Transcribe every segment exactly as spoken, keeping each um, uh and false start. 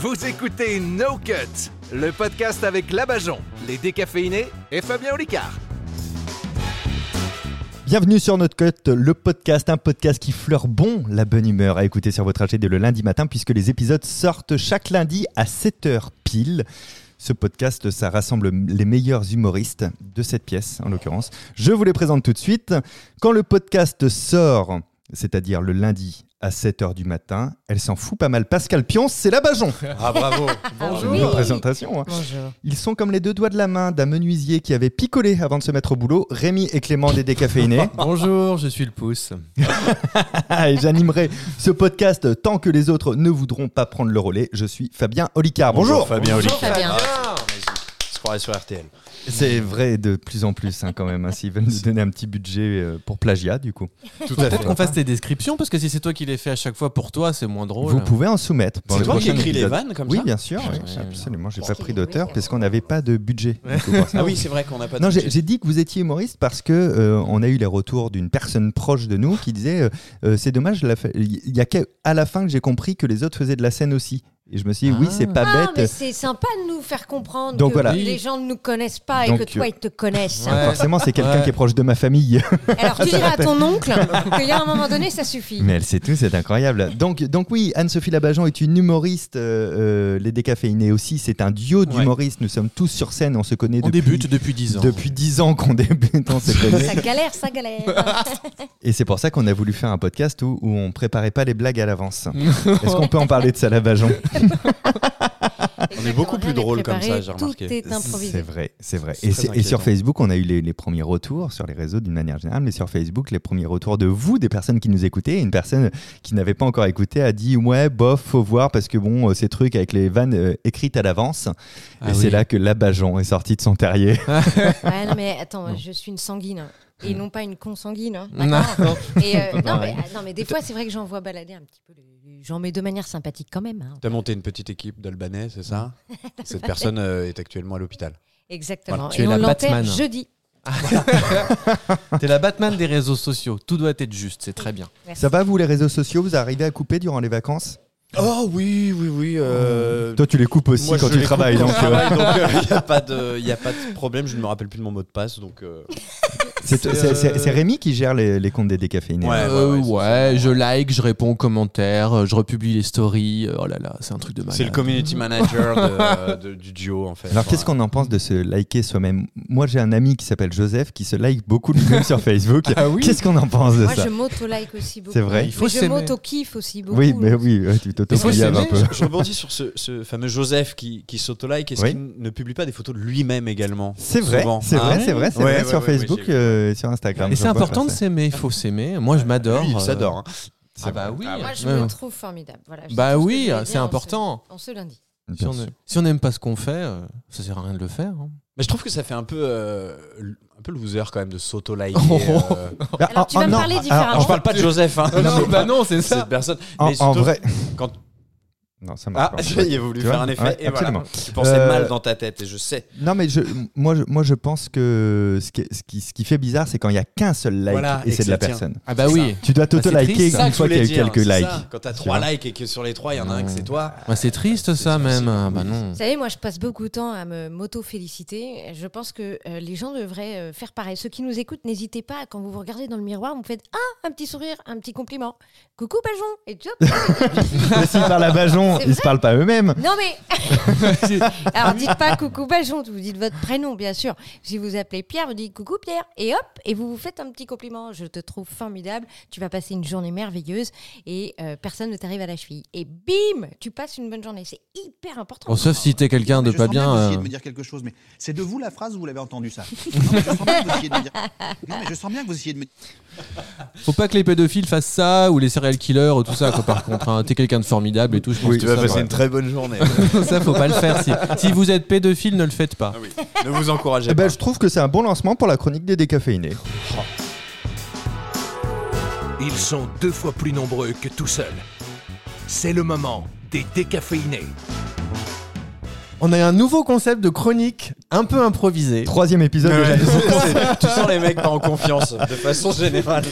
Vous écoutez No Cut, le podcast avec Labajon, les décaféinés et Fabien Olicard. Bienvenue sur No Cut, le podcast, un podcast qui fleure bon la bonne humeur à écouter sur votre trajet dès le lundi matin puisque les épisodes sortent chaque lundi à sept heures pile. Ce podcast, ça rassemble les meilleurs humoristes de cette pièce, en l'occurrence. Je vous les présente tout de suite. Quand le podcast sort, c'est-à-dire le lundi à sept heures du matin, elle s'en fout pas mal. Pascal Pionce, c'est Labajon. Ah bravo. Bonjour. Une présentation. Hein. Bonjour. Ils sont comme les deux doigts de la main d'un menuisier qui avait picolé avant de se mettre au boulot. Rémi et Clément des décaféinés. Bonjour, je suis le pouce. Et j'animerai ce podcast tant que les autres ne voudront pas prendre le relais. Je suis Fabien Olicard. Bonjour. Bonjour Fabien Bonjour, Olicard. Fabien. Ah, je croirais sur R T L. C'est vrai de plus en plus hein, quand même. Hein, S'ils veulent nous donner un petit budget euh, pour plagiat du coup. Tout à fait. Peut-être qu'on fasse tes descriptions parce que si c'est toi qui les fais à chaque fois pour toi, c'est moins drôle. Vous pouvez en soumettre. pour C'est les toi qui prochains écris les épisodes. vannes comme Oui, ça bien sûr. Oui, Ouais, absolument. J'ai ouais. pas pris d'auteur parce qu'on n'avait pas de budget. du coup, pour ça. Ah oui, c'est vrai qu'on n'a pas de Non, j'ai, budget. j'ai dit que vous étiez humoriste parce que euh, on a eu les retours d'une personne proche de nous qui disait euh, euh, c'est dommage, la fa- il y a qu'à à la fin que j'ai compris que les autres faisaient de la scène aussi. Et je me suis dit, oui, c'est pas Ah, mais bête. c'est sympa de nous faire comprendre Donc que voilà. les gens ne nous connaissent pas Donc, et que toi, ils te connaissent. Ouais. Forcément, c'est quelqu'un Ouais. qui est proche de ma famille. Alors tu diras à ton oncle qu'il y a un moment donné, ça suffit. Mais elle sait tout, c'est incroyable. Donc, donc oui, Anne-Sophie Labajon est une humoriste. euh, euh, les décaféinés aussi, c'est un duo d'humoristes. Nous sommes tous sur scène, on se connaît On depuis... débute depuis dix ans. Depuis dix ans qu'on débute, on se connaît. Ça galère, ça galère. Et c'est pour ça qu'on a voulu faire un podcast où, où on préparait pas les blagues à l'avance. Est-ce qu'on peut en parler de ça, Labajon? On est beaucoup Rien plus n'est drôle comme préparé, ça, j'ai remarqué. Tout est improvisé. C'est vrai, c'est vrai. C'est Et, très c'est- et sur inquiétant. Facebook, on a eu les, les premiers retours sur les réseaux d'une manière générale, mais sur Facebook, les premiers retours de vous, des personnes qui nous écoutaient. Et une personne qui n'avait pas encore écouté a dit ouais, bof, faut voir parce que bon, euh, ces trucs avec les vannes euh, écrites à l'avance. Ah et oui. c'est là que Labajon est sorti de son terrier. Ouais, non, mais attends, je suis une sanguine hein, et non pas une consanguine. Hein, d'accord. Et, euh, non, mais, non, mais des fois, c'est vrai que j'en vois balader un petit peu les les gens, mais de manière sympathique quand même. Hein. T'as monté une petite équipe d'Albanais, c'est ça? Cette personne euh, est actuellement à l'hôpital. Exactement. Voilà, tu et es on la l'enterre Batman. jeudi. T'es la Batman des réseaux sociaux. Tout doit être juste, c'est très bien. Merci. Ça va, vous, les réseaux sociaux, vous arrivez à couper durant les vacances? Oh oui, oui, oui. euh, Toi, tu les coupes aussi moi, quand je tu les coupe travailles. quand Donc, je euh, travaille, donc il n'y a, pas de- y a pas de problème. Je ne me rappelle plus de mon mot de passe. Donc, euh, c'est, C'est, c'est- c'est- euh, c'est Rémi qui gère les, les comptes des décaféinés. Ouais. Euh, ouais, ouais, c'est je like, je réponds aux commentaires, euh, je republie les stories. euh, Oh là là, c'est un truc de malade. c'est le community manager de- de- du duo, en fait. Alors, qu'est-ce Voilà. qu'on en pense de se liker soi-même? Moi, j'ai un ami qui s'appelle Joseph qui se like beaucoup lui-même sur Facebook. Ah oui. Qu'est-ce qu'on en pense de Moi, ça? je m'auto-like aussi beaucoup. C'est vrai. Il faut Mais je s'aimer. m'auto-kiffe aussi beaucoup. Oui, mais oui, ouais, tu Il faut t'auto-pliaves un s'aimer. peu. Je, je rebondis sur ce, ce fameux Joseph qui, qui s'auto-like. Est-ce Oui. qu'il ne publie pas des photos de lui-même également? C'est vrai, Souvent. c'est Ah vrai, ouais c'est vrai, c'est Ouais, vrai ouais, sur ouais, ouais, Facebook j'ai vu. euh, et sur Instagram. Et je c'est vois important de passer. s'aimer, il faut s'aimer. Moi, je m'adore. Lui, il euh, s'adore. hein. Ah bah oui. Ah ouais. Moi, je Ouais. me trouve formidable. Voilà, je Bah sais tout ce oui, que je voulais c'est dire en ce- important. En ce lundi. Si Bien on sûr. est- si on n'aime pas ce qu'on fait, euh, ça sert à rien de le faire. hein. Mais je trouve que ça fait un peu, euh, un peu loser quand même de s'auto-liker. Oh. euh. Ah, Alors, tu vas ah, me non, parler alors, différemment. Alors, je parle pas de Joseph, hein. Non, bah non, c'est ça. Cette personne. En, Mais en surtout, vrai. quand- Non, ça marche Ah, pas. j'ai voulu Tu faire vois un effet. Ouais, et absolument. voilà. Tu pensais Euh, mal dans ta tête et je sais. Non, mais je, moi, je, moi, je pense que ce qui, est- ce qui, ce qui fait bizarre, c'est quand il n'y a qu'un seul like Voilà, et et c'est que de la ça tient. personne. Ah bah oui. Tu dois c'est t'auto-liker triste, une fois qu'il y a eu quelques likes. Quand t'as Tu trois vois. likes et que sur les trois, il y en a un que c'est toi. Bah, c'est triste ça c'est- même. c'est- Ah bah non. Vous savez, moi, je passe beaucoup de temps à me m'auto-féliciter. Je pense que euh, les gens devraient euh, faire pareil. Ceux qui nous écoutent, n'hésitez pas, quand vous vous regardez dans le miroir, vous me faites ah, un petit sourire, un petit compliment. Coucou, Bajon. Et tu hop. Mais s'ils parlent à Bajon, C'est ils se parlent pas eux-mêmes. Non, mais. Alors, dites pas coucou Bajon, vous dites votre prénom, bien sûr. Si vous appelez Pierre, vous dites coucou Pierre. Et hop, et vous vous faites un petit compliment. Je te trouve formidable. Tu vas passer une journée merveilleuse et euh, personne ne t'arrive à la cheville. Et bim, tu passes une bonne journée. C'est hyper important. Bon, sauf si t'es quelqu'un de Je pas sens bien bien. que vous essayez euh, de me dire quelque chose, mais c'est de vous la phrase ou vous l'avez entendu ça? Non, mais je sens bien que vous essayez de me dire. Non, mais je sens bien que vous essayez de me. Faut pas que les pédophiles fassent ça ou les serial killers ou tout ça. Quoi, par contre, hein. T'es quelqu'un de formidable et tout. Je pense Oui, que Tu vas ça, passer ouais. une très bonne journée. ça, faut pas le faire. Si, si vous êtes pédophile, ne le faites pas. Ah oui. Ne vous encouragez Eh ben, pas. je trouve que c'est un bon lancement pour la chronique des décaféinés. Ils sont deux fois plus nombreux que tout seuls. C'est le moment des décaféinés. On a un nouveau concept de chronique un peu improvisé. Troisième épisode Ouais, déjà. c'est- tu sens les mecs pas en confiance, de façon générale.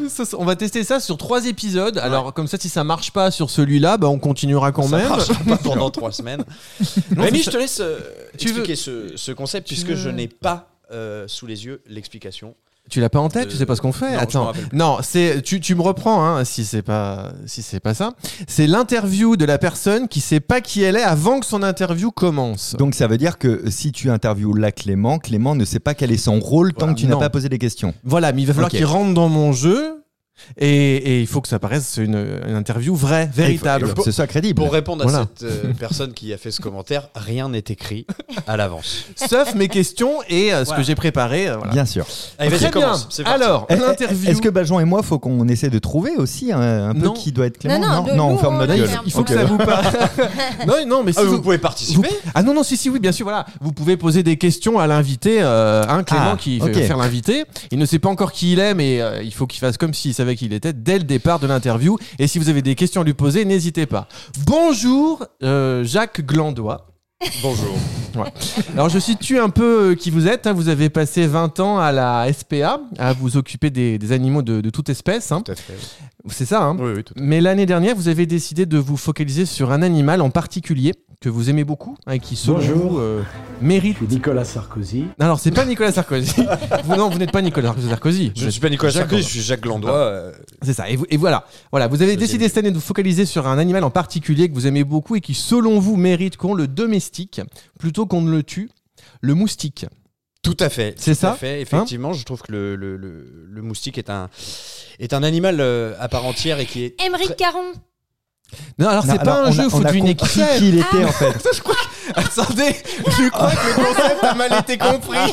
Ça, on va tester ça sur trois épisodes. Alors, comme ça, si ça marche pas sur celui-là, bah, on continuera quand Ça même. marchera pas pendant trois semaines. Rémi, je te laisse euh, Tu expliquer veux- ce, ce concept tu puisque veux- je n'ai pas euh, sous les yeux l'explication. Tu l'as pas en tête, Euh, tu sais pas ce qu'on fait. non, je m'en Attends, rappelle plus. non, c'est tu, tu me reprends hein, si c'est pas si c'est pas ça. C'est l'interview de la personne qui sait pas qui elle est avant que son interview commence. Donc ça veut dire que si tu interviews là Clément, Clément ne sait pas quel est son rôle tant Voilà. que tu n'as Non. pas posé les questions. Voilà, mais il va falloir Ok. qu'il rentre dans mon jeu et, et il faut que ça paraisse une, une interview vraie, véritable. Il faut que ce soit crédible. Pour répondre à Voilà. cette euh, personne qui a fait ce commentaire, rien n'est écrit à l'avance. Sauf mes questions et euh, ce Voilà. que j'ai préparé. euh, voilà. Bien sûr. Allez, Très vas-y, bien. commence. C'est parti. Alors, Eh, eh, l'interview. Est-ce que Bajon et moi, faut qu'on essaie de trouver aussi un, un peu Non. qui doit être Clément Non, non, de on nous, ferme on notre va gueule. faire. Il faut Ok. que ça vous parle. non, non, mais si Ah, vous, vous pouvez participer. vous- Ah non, non, si, si, oui, bien sûr, voilà. Vous pouvez poser des questions à l'invité, euh, un Clément Ah, qui ok. va faire l'invité. Il ne sait pas encore qui il est, mais euh, il faut qu'il fasse comme s'il savait qui il était dès le départ de l'interview. Et si vous avez des questions à lui poser, n'hésitez pas. Bonjour, euh, Jacques Glandois. Bonjour. Alors je situe un peu euh, qui vous êtes. hein. Vous avez passé vingt ans à la S P A, à vous occuper des, des animaux de, de toute espèce. hein. Tout à fait. C'est ça, hein. Oui, oui, tout à fait. Mais l'année dernière, vous avez décidé de vous focaliser sur un animal en particulier que vous aimez beaucoup, hein, qui selon Bonjour. vous euh, mérite. Je suis Nicolas Sarkozy. Alors c'est pas Nicolas Sarkozy. vous, non, vous n'êtes pas Nicolas Sarkozy. Je Vous ne êtes suis pas Nicolas Jacques Sarkozy, Glandois. je suis Jacques Glandois. euh, C'est ça. Et, vous- et voilà, voilà. Vous avez Deuxième décidé but. cette année de vous focaliser sur un animal en particulier que vous aimez beaucoup et qui, selon vous, mérite qu'on le domestique plutôt qu'on ne le tue. Le moustique. Tout à fait. C'est tout ça à fait. Effectivement, je trouve que le, le, le, le moustique est un, est un animal euh, à part entière et qui est. Émeric très- Caron. Non, alors Non, c'est pas alors, un on jeu, a- faut on a deviner qui compris c'est. qui il était en fait. Attendez, je crois que le concept a mal été compris.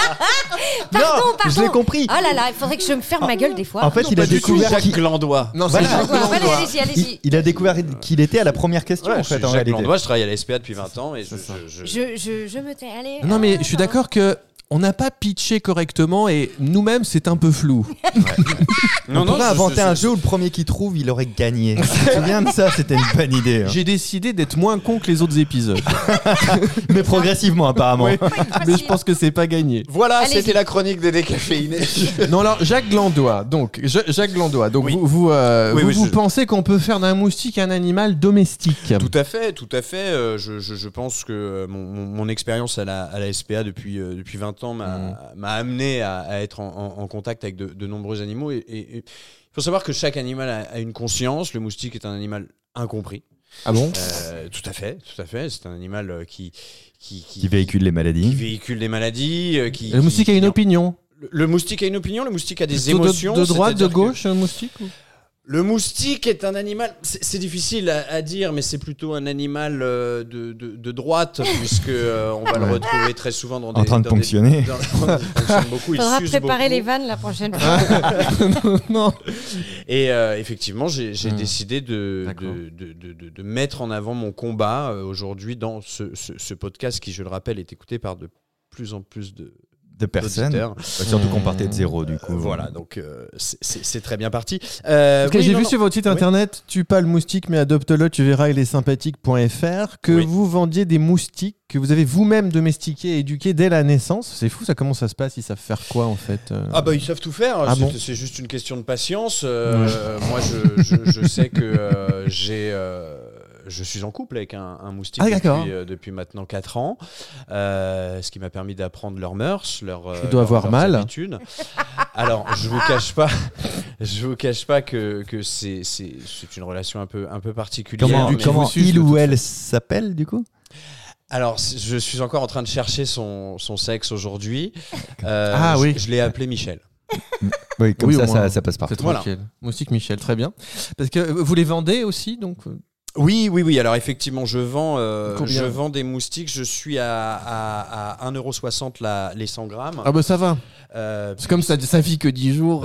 non, pardon. je l'ai compris. Oh là là, il faudrait que je me ferme ma gueule des fois. En fait, Non, il pas a du tout, découvert Jacques qui... Glandois. Non, c'est Voilà. Jacques Ouais, Glandois. allez, allez-y, il, allez-y. il a découvert qu'il était à la première question Ouais, en je suis fait en Jacques réalité. Glandois, je travaille à la S P A depuis vingt ans et je, ça. je- je- Je, je, je me tais. Allez. Non, mais Ah, je suis pardon. d'accord que on n'a pas pitché correctement et nous-mêmes c'est un peu flou. On pourrait je- inventer je- un je- jeu où le premier qui trouve, il aurait gagné. Tu te souviens de ça? C'était une bonne idée. hein. J'ai décidé d'être moins con que les autres épisodes. Mais progressivement apparemment. Oui, mais je pense que c'est pas gagné. Voilà, Allez-y. c'était la chronique des décaféinés. Non, alors Jacques Glandois. Donc Ja- Jacques Glandois. Donc Oui. vous vous, euh, Oui, vous, oui, vous je- pensez qu'on peut faire d'un moustique un animal domestique. Tout à fait, tout à fait. Euh, je, je- je pense que euh, mon, mon- mon expérience à la, à la S P A depuis, euh, depuis vingt ans m'a m'a amené à, à être en, en- en contact avec de, de nombreux animaux. Et il faut savoir que chaque animal a, a une conscience. Le moustique est un animal incompris. Ah bon? Euh, tout à fait, tout à fait. C'est un animal euh, qui, qui, qui, Qui véhicule les qui maladies. véhicule des maladies. euh, qui, Le moustique qui- a une qui- opinion. Le, le moustique a une opinion, le moustique a des Plutôt de- émotions. De, droite, de c'est-à-dire que- gauche, un moustique ou- Le moustique est un animal, c'est c'est difficile à, à dire, mais c'est plutôt un animal euh, de, de, de droite, puisque euh, on va le Ouais. retrouver très souvent dans des... En train de dans des- ponctionner. dans- il fonctionne beaucoup, il Faudra suce préparer beaucoup. les vannes la prochaine fois. Non. Et euh, effectivement, j'ai j'ai Hmm. décidé de, D'accord. de, de, de- de- de mettre en avant mon combat euh, aujourd'hui dans ce, ce, ce podcast qui, je le rappelle, est écouté par de plus en plus de De personnes. d'auditeurs. Surtout qu'on partait de zéro du coup. Euh, voilà, donc euh, c'est- c'est c'est très bien parti. Euh, Parce que oui, j'ai non, vu non. sur votre site Oui. internet, tue pas le moustique mais adopte-le, tu verras, il est sympathique.fr, que Oui. vous vendiez des moustiques que vous avez vous-même domestiqués et éduqués dès la naissance. C'est fou, ça, comment ça se passe? Ils savent faire quoi en fait? euh Ah bah ils savent tout faire, Ah c'est bon c'est juste une question de patience. Euh, Moi je, je, je sais que euh, j'ai... euh, je suis en couple avec un, un moustique Ah, d'accord. depuis, euh, depuis maintenant quatre ans, euh, ce qui m'a permis d'apprendre leurs mœurs, leurs, euh, Il doit leurs- avoir leurs mal. habitudes. Alors je vous cache pas, je vous cache pas que, que c'est, c'est, c'est une relation un peu, un peu particulière. Comment, mais- comment vous suce il de ou toute elle s'appelle du coup? Alors c- je suis encore en train de chercher son, son sexe aujourd'hui. Euh, Ah, je- oui. Je l'ai appelé Michel. Oui, comme Oui, au ça, moins. ça, ça passe par. C'est Voilà. tranquille. Moustique Michel, très bien. Parce que euh, vous les vendez aussi, donc euh, Oui, oui, oui. Alors effectivement, je vends, euh, Combien je vends des moustiques. Je suis à, à, à un euro soixante la, les cent grammes. ah bah ça va. Euh, C'est comme ça, ça vit que dix jours.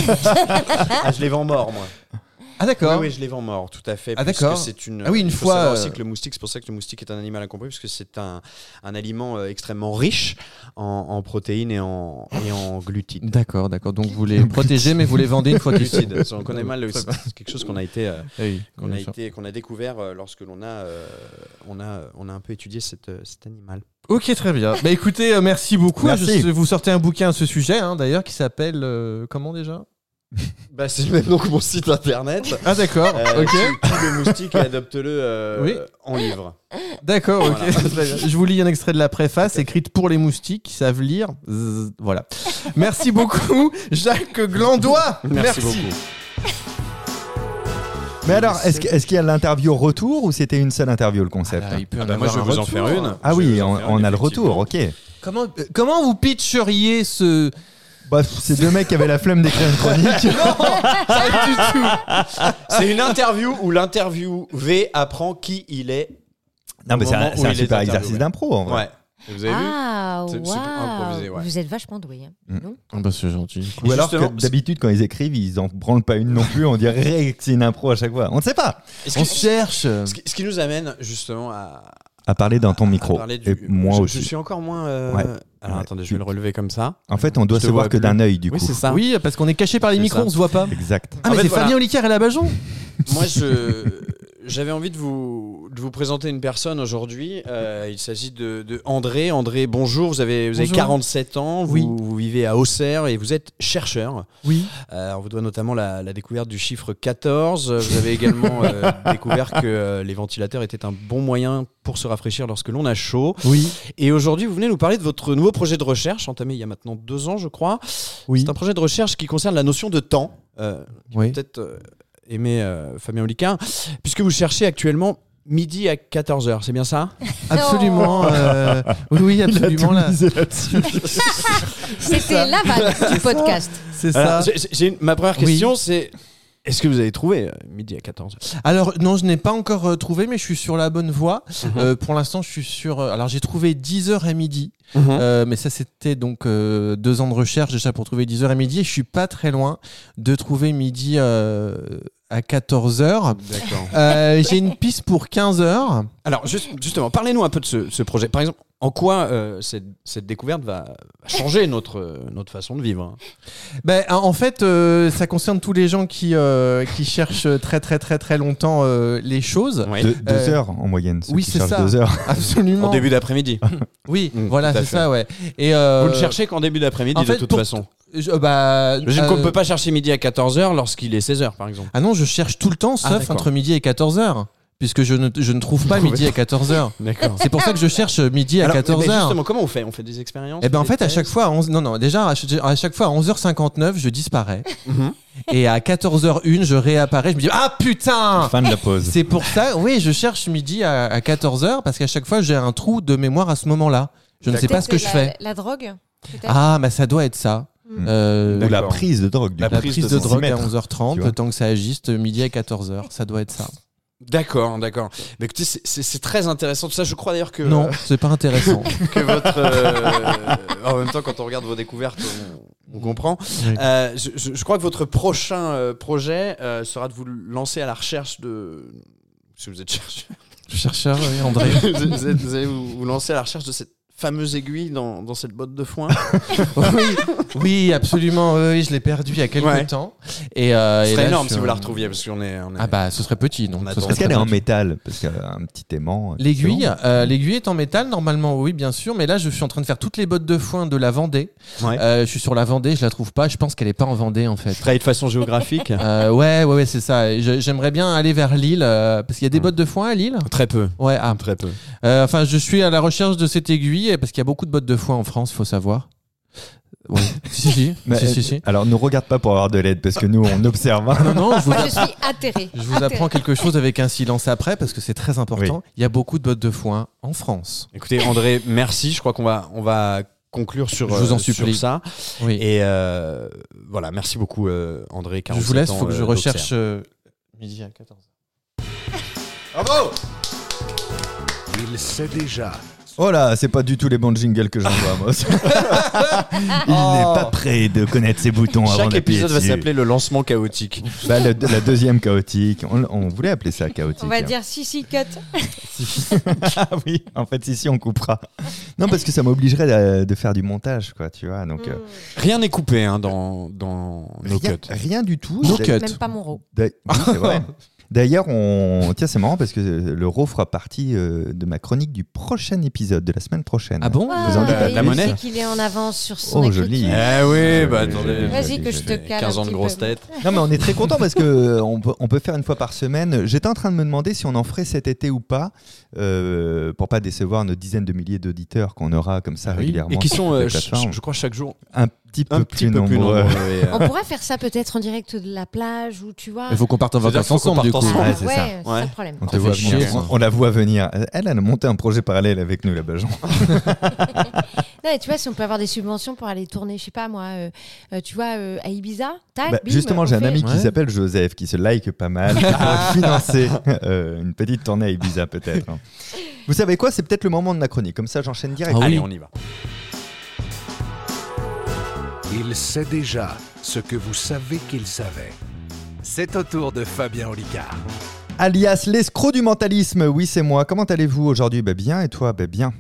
ah, je les vends morts, moi. Ah d'accord. Oui, oui, je les vends morts, tout à fait. Ah, puisque d'accord. C'est une, Ah oui, une il faut fois, savoir euh, aussi que le moustique, c'est pour ça que le moustique est un animal incompris, puisque c'est un, un aliment euh, extrêmement riche en, en protéines et en, et en glucides. D'accord, d'accord. Donc vous les protégez, mais vous les vendez une fois qu'ils sont. Glucides, on connaît mal. le- Très bien. C'est quelque chose qu'on a été, euh, Oui, qu'on a bien sûr. été, qu'on a découvert euh, lorsque l'on a, euh, on a, on a un peu étudié cette, euh, cet animal. Ok, très bien. Bah écoutez, euh, merci beaucoup. Merci. Je- vous sortez un bouquin à ce sujet, hein, d'ailleurs, qui s'appelle euh, comment déjà? Bah, c'est même donc mon site internet. Ah d'accord, Euh, ok. tue, tue le moustique et adopte-le euh, Oui. en livre. D'accord, ok. Voilà. Très bien. Je vous lis un extrait de la préface écrite pour les moustiques qui savent lire. Zzz, voilà. Merci beaucoup, Jacques Glandois. Merci, beaucoup. Mais alors, est-ce, que- est-ce qu'il y a l'interview au retour ou c'était une seule interview le concept Ah, il peut en Ah bah, avoir moi, je vais un vous en retour. faire une. Ah Je vais oui, vous en on, faire on une, a le effectivement. retour, ok. Comment, euh, comment vous pitcheriez ce... Bah, c'est deux mecs qui avaient la flemme d'écrire une chronique. Pas du tout. C'est une interview où l'interviewé apprend qui il est. Non, mais Au c'est moment un, où c'est un il est super interviewé. exercice d'impro en vrai. Ouais. Et vous avez vu Ah, C'est- c'est improvisé, waouh. ouais. Vous êtes vachement doué. Hein. Mm. Non Ah bah c'est gentil. Ou Et alors que justement, d'habitude, quand ils écrivent, ils en branlent pas une non plus. On dirait que c'est une impro à chaque fois. On ne sait pas. Est-ce On que- cherche. ce qui, ce qui nous amène justement à, À parler dans ton à micro. parler du. Et moi je, aussi. je suis encore moins. euh, Ouais. Alors Ouais. attendez, je vais le relever comme ça. En fait, on doit Je te se voir vois que plus. d'un œil du Oui, coup. c'est ça. Oui, parce qu'on est caché par les C'est micros, ça. on se voit pas. Exact. Ah En mais fait, c'est voilà. Fabien Olicard et la Bajon. Moi, je. J'avais envie de vous, de vous présenter une personne aujourd'hui. Euh, il s'agit de, de André. André, bonjour. Vous avez, vous avez Bonjour. quarante-sept ans. Vous, Oui. vous vivez à Auxerre et vous êtes chercheur. Oui. Euh, on vous doit notamment la, la découverte du chiffre quatorze. Vous avez également euh, découvert que euh, les ventilateurs étaient un bon moyen pour se rafraîchir lorsque l'on a chaud. Oui. Et aujourd'hui, vous venez nous parler de votre nouveau projet de recherche, entamé il y a maintenant deux ans, je crois. Oui. C'est un projet de recherche qui concerne la notion de temps. Euh, Oui. Peut-être euh, aimé euh, Fabien Olicard, puisque vous cherchez actuellement midi à quatorze heures, c'est bien ça? Absolument. euh, Oui, oui, absolument. Là. C'était la vanne du podcast. C'est Alors, ça. j'ai- j'ai une- ma première Oui. question, c'est est-ce que vous avez trouvé euh, midi à quatorze heures? Alors non, je n'ai pas encore euh, trouvé, mais je suis sur la bonne voie. Mhm. Euh, pour l'instant, je suis sur. euh, alors j'ai trouvé dix heures à midi, Mhm. euh, mais ça c'était donc euh, deux ans de recherche déjà pour trouver dix heures à midi. Et je suis pas très loin de trouver midi euh, à quatorze heures. D'accord. Euh, j'ai une piste pour quinze heures. Alors, juste- justement, parlez-nous un peu de ce, ce projet. Par exemple, en quoi euh, cette, cette découverte va va changer notre, euh, notre façon de vivre? Ben, en fait, euh, ça concerne tous les gens qui, euh, qui cherchent très très très très longtemps euh, les choses. Oui. Deux, deux Euh, heures en moyenne. Ceux oui, qui c'est cherchent ça. Deux heures. Absolument. En début d'après-midi. Oui, Mm, voilà, tout à c'est fait. ça, ouais. Et euh, Vous ne cherchez qu'en début d'après-midi, en fait, de toute pour- façon. je- euh, bah, Je qu'on ne euh, peut pas chercher midi à quatorze heures lorsqu'il est seize heures, par exemple. Ah non, je cherche tout le temps, Ah, sauf d'accord. entre midi et quatorze heures. Puisque je ne, je ne trouve pas midi à quatorze heures. D'accord. C'est pour ça que je cherche midi à quatorze heures. Justement, comment on fait? On fait des expériences? Et ben en des fait, à tests chaque fois, à onze non, non, déjà, à ch- à chaque fois, à onze heures cinquante-neuf, je disparais. Mhm. Et à quatorze heures une, je réapparais. Je me dis, ah putain! Fin de la pause. C'est pour ça, oui, je cherche midi à, à quatorze heures parce qu'à chaque fois, j'ai un trou de mémoire à ce moment-là. Je ne sais pas Peut-être ce que je la- fais. La drogue peut-être. Ah, bah ça doit être ça. Mm. Euh, Ou la D'accord. prise de drogue. Du La coup. la prise prise de de, cent drogue à mètres, onze heures trente, tu vois. le temps que ça agisse, de midi à quatorze heures, ça doit être ça. D'accord, d'accord. Mais écoutez, c'est- c'est c'est très intéressant tout ça. Je crois d'ailleurs que, Non, c'est pas intéressant. que votre. euh, en même temps, quand on regarde vos découvertes, on, on comprend. Oui. Euh, je, je- je crois que votre prochain euh, projet euh, sera de vous lancer à la recherche de. Si vous êtes chercheur, Chercheur, oui, André. vous, vous êtes- vous allez vous, vous lancer à la recherche de cette fameuse aiguille dans, dans cette botte de foin. oui, oui, absolument. Oui, je l'ai perdu il y a quelques Ouais. temps. Et, euh, Ce et serait là, énorme je si vous la suis- retrouviez, parce qu'on est. On est Ah bah, ce serait petit, donc. On ce attend. serait Est-ce qu'elle très est en petit. métal? Parce qu'elle a un petit aimant. L'aiguille, c'est bon. euh, l'aiguille est en métal normalement, oui, bien sûr. Mais là, je suis en train de faire toutes les bottes de foin de la Vendée. Ouais. Euh, je suis sur la Vendée, je la trouve pas. Je pense qu'elle est pas en Vendée en fait. Travailler de façon géographique. Euh, ouais, ouais, ouais, c'est ça. Et je- J'aimerais bien aller vers Lille euh, parce qu'il y a des Mm. bottes de foin à Lille. Très peu. Ouais, ah. Très peu. Euh, enfin, je suis à la recherche de cette aiguille parce qu'il y a beaucoup de bottes de foin en France, faut savoir. Ouais. si, si, Mais, si, si, si. Alors, ne regarde pas pour avoir de l'aide, parce que nous, on observe. hein. Non, non, je vous, Moi, app- je suis atterrée. je vous apprends quelque chose avec un silence après parce que c'est très important. Oui. Il y a beaucoup de bottes de foin en France. Écoutez, André, merci. Je crois qu'on va, on va conclure sur, Je vous en euh, sur supplie. ça. Oui. Et euh, voilà, merci beaucoup, euh, André. je vous laisse, il faut que je recherche recherche. euh, midi à quatorze heures. Bravo. Il sait déjà. Oh là, c'est pas du tout les bons jingles que j'envoie, moi. Il Oh. n'est pas prêt de connaître ses boutons avant Chaque d'appuyer épisode va dessus. s'appeler le lancement chaotique. Bah, le- la deuxième chaotique. On, on voulait appeler ça chaotique. On va hein. dire si, si, cut. Ah oui, en fait, ici, on coupera. Non, parce que ça m'obligerait de, de faire du montage, quoi, tu vois. Donc, euh, Rien n'est coupé hein, dans, dans nos rien, cuts. rien du tout. No D'a- cut. Même pas mon rot. d'a- Oui, c'est vrai. D'ailleurs, on... tiens, c'est marrant parce que le Raw fera partie euh, de ma chronique du prochain épisode, de la semaine prochaine. Ah bon? Ah, Vous en dites pas il la plus monnaie qu'il est en avance sur son Oh, écriture. joli. Eh oui, bah Joli, attendez. joli, Vas-y joli, que je te joli. cale quinze un ans de petit grosse peu. tête. Non, mais on est très content parce que euh, on peut, on peut faire une fois par semaine. J'étais en train de me demander si on en ferait cet été ou pas, euh, pour pas décevoir nos dizaines de milliers d'auditeurs qu'on aura comme ça Ah oui. régulièrement. Et qui sur sont, toutes les euh, plateformes. je, je crois, chaque jour un petit peu un plus petit peu plus nombreux. nombreux. et, euh, On pourrait faire ça peut-être en direct de la plage ou tu vois. Il faut qu'on parte en C'est-à-dire vacances qu'il faut qu'on ensemble, du parte coup. ensemble. Ouais, c'est ouais, ça. c'est ça Ouais. le problème. On te Ça voit fait venir. chier, ça. On, on la voit venir. Elle, elle a monté un projet parallèle avec nous, la Bajon. Non, et tu vois, si on peut avoir des subventions pour aller tourner, je sais pas moi, euh, euh, tu vois, euh, à Ibiza, tac, Bah, bim, justement, on j'ai un fait- ami qui Ouais. s'appelle Joseph, qui se like pas mal, qui pourrait financer euh, une petite tournée à Ibiza peut-être. hein. Vous savez quoi? C'est peut-être le moment de ma chronique. Comme ça, j'enchaîne direct. Ah oui. Allez, on y va. Il sait déjà ce que vous savez qu'il savait. C'est au tour de Fabien Olicard. Alias l'escroc du mentalisme. Oui, c'est moi. Comment allez-vous aujourd'hui? Bah bien. Et toi? Bah bien.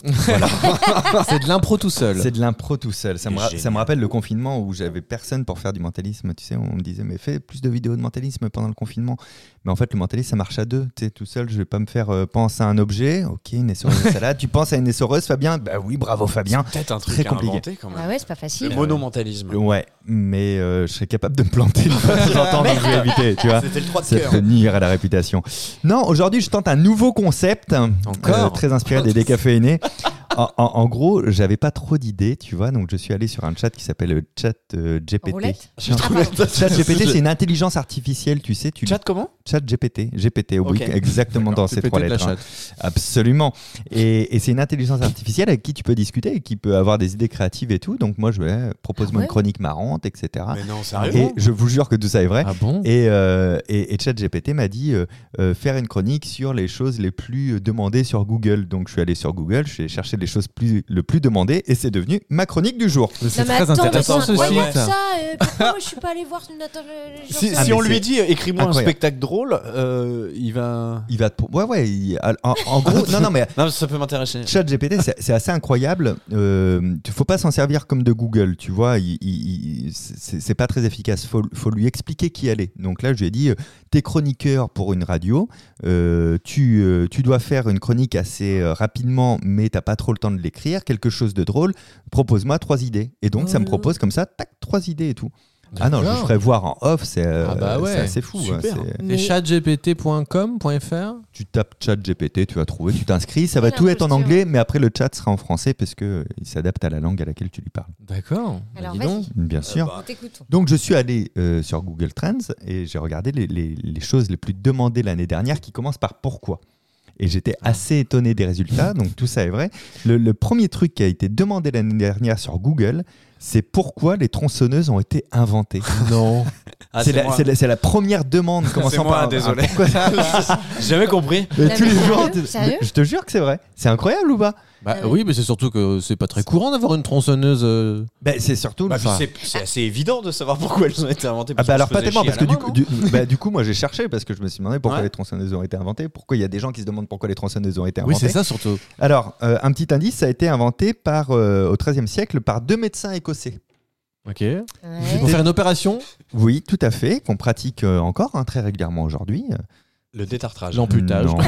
C'est de l'impro tout seul. C'est de l'impro tout seul. Ça me, ra- Génial. ça me rappelle le confinement où j'avais personne pour faire du mentalisme. Tu sais, on me disait, mais fais plus de vidéos de mentalisme pendant le confinement. Mais en fait, le mentalisme, ça marche à deux. Tu sais, tout seul, je vais pas me faire euh, penser à un objet. Ok, une essoreuse de salade. Tu penses à une essoreuse, Fabien? Bah oui, bravo, Fabien. Peut-être un truc Très à compliqué. inventer quand même. Ah ouais, c'est pas facile. Le monomentalisme. Ouais, mais euh, je serais capable de me planter une fois de temps en temps, donc je vais éviter, tu vois. C'était le trois de Ça cœur. peut nuire à la réputation. Non, aujourd'hui, je tente un nouveau concept, Encore euh, très inspiré des décaféinés. En, en- en gros, j'avais pas trop d'idées, tu vois, donc je suis allé sur un chat qui s'appelle le chat euh, G P T. Roulette. Non. Ah, pardon. Chat G P T, c'est une intelligence artificielle, tu sais. Tu Chat comment? Chat G P T, G P T, oui, Ok. exactement dans ces G P T trois de la lettres. hein. chatte. Absolument. Et, et c'est une intelligence artificielle avec qui tu peux discuter et qui peut avoir des idées créatives et tout. Donc moi, je vais propose-moi Ah ouais une chronique marrante, et cetera. Mais non, Et sérieux. je vous jure que tout ça est vrai. Ah bon? Et, euh, et, et ChatGPT m'a dit euh, euh, faire une chronique sur les choses les plus euh, demandées sur Google. Donc je suis allé sur Google, je suis cherché les choses plus, le plus demandées et c'est devenu ma chronique du jour. Mais C'est Non, mais très attends, mais intéressant c'est ce incroyable, site. ça. euh, pourquoi moi je suis pas allé voir une attends, le- genre Si, ça Ah, si mais on lui c'est dit écris-moi un incroyable. spectacle drôle, euh, il va. Il va te... Ouais, ouais. il- En, en gros, non, non, mais Non, ça peut m'intéresser. ChatGPT, c'est c'est assez incroyable. Il euh, ne faut pas s'en servir comme de Google, tu vois. Il, il- il- c'est c'est pas très efficace. Il faut, faut lui expliquer qui elle est. Donc là, je lui ai dit, euh, t'es chroniqueur pour une radio. euh, tu, euh, tu dois faire une chronique assez euh, rapidement, mais t'as pas trop le temps de l'écrire. Quelque chose de drôle. Propose-moi trois idées. Et donc, ça me propose comme ça, tac, trois idées et tout. Ah non, je vous D'accord. ferai voir en off. C'est euh, Ah bah ouais, c'est assez fou. hein, super. c'est- C'est Mais- chat G P T point com point F R. Tu tapes ChatGPT, tu vas trouver, tu t'inscris, ça va Quelle tout être en imposture. anglais, mais après le chat sera en français parce que euh, il s'adapte à la langue à laquelle tu lui parles. D'accord. Bah, Alors, dis vas-y. donc. Bien sûr. Nous t'écoutons. Donc je suis allé euh, sur Google Trends et j'ai regardé les, les- les choses les plus demandées l'année dernière qui commencent par pourquoi. Et j'étais assez étonné des résultats, donc tout ça est vrai. Le, le premier truc qui a été demandé l'année dernière sur Google, c'est pourquoi les tronçonneuses ont été inventées. Non. Ah, c'est, c'est la, moi. c'est la- c'est la première demande commençant moi, par un- désolé. un pourquoi. J'ai jamais compris. Mais Non, tous mais les sérieux jours, tu- Sérieux mais je te jure que c'est vrai. C'est incroyable ou pas? Bah Ah oui. oui, mais c'est surtout que c'est pas très courant d'avoir une tronçonneuse. euh, Ben, c'est surtout. Bah, puis enfin, c'est c'est assez évident de savoir pourquoi elles ont été inventées. Ah parce bah qu'on alors se pas faisait tellement chier parce que à la du main, coup, non du, bah, du coup moi j'ai cherché parce que je me suis demandé pourquoi Ouais. les tronçonneuses ont été inventées, pourquoi il y a des gens qui se demandent pourquoi les tronçonneuses ont été Oui, inventées. c'est ça surtout. Alors euh, un petit indice, ça a été inventé par euh, au XIIIe siècle par deux médecins écossais. Ok. Ouais. Pour faire une opération, Oui, tout à fait, qu'on pratique euh, encore hein, très régulièrement aujourd'hui. Le détartrage. l'amputage. Non.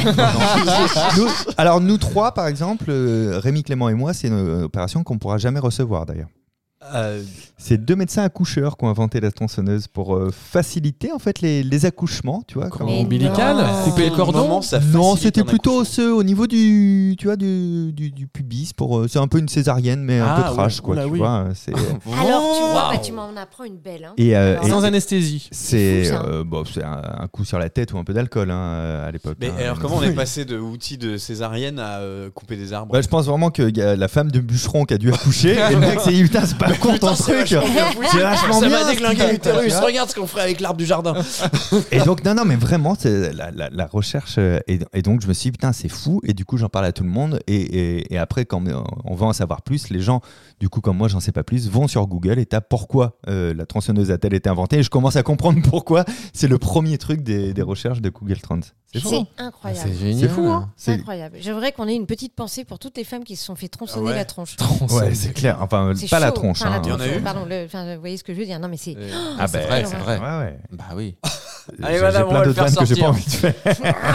Nous- alors nous trois par exemple, euh, Rémi, Clément et moi, c'est une opération qu'on pourra jamais recevoir d'ailleurs. Euh, C'est deux médecins accoucheurs qui ont inventé la tronçonneuse pour euh, faciliter en fait les, les accouchements, tu vois. Cordon Mais ombilical, non. couper le cordon. moment, ça Non, facilite c'était un plutôt accouchement. osseux au niveau du, tu vois, du, du, du pubis. Pour, euh, c'est un peu une césarienne, mais un Ah, peu trash, ouais. quoi. Oula, tu oui. vois, c'est, Alors, tu vois, Waouh. bah, tu m'en apprends une belle. Hein. et, euh, Alors, et- Sans anesthésie. c'est, C'est fou, ça. euh, bon, c'est un, un coup sur la tête ou un peu d'alcool hein, euh, à l'époque. Mais hein. alors, comment on est passé de outils de césarienne à euh, couper des arbres Bah, je pense vraiment qu'il y a la femme de bûcheron qui a dû accoucher et le mec s'est dit putain c'est pas con ton truc. C'est vachement Ça bien. m'a déglingué ce l'utérus. truc, tu vois. Regarde ce qu'on ferait avec l'arbre du jardin. Et donc, non, non, mais vraiment, c'est la, la- la recherche. euh, Et, et donc, je me suis dit, putain, c'est fou. Et du coup, j'en parle à tout le monde. Et, et- et après, quand on va en savoir plus, les gens, du coup, comme moi, j'en sais pas plus, vont sur Google et tapent pourquoi euh, la tronçonneuse a-t-elle été inventée. Et je commence à comprendre pourquoi. C'est le premier truc des, des recherches de Google Trends. C'est fou. C'est hein. incroyable. C'est génial. C'est fou, hein. C'est C'est- incroyable. J'aimerais qu'on ait une petite pensée pour toutes les femmes qui se sont fait tronçonner Ah ouais. la tronche. Ouais, c'est clair. Enfin, C'est pas la chaud. tronche. Enfin, la hein. Il y en a tronche, eu Pardon, le- enfin, vous voyez ce que je veux dire. Non, mais c'est. Ah, c'est bah, vrai, ouais, c'est vrai. Ouais, ouais. Bah oui. Allez, J'ai madame, on plein va le d'autres faire vannes que j'ai pas sortir. envie de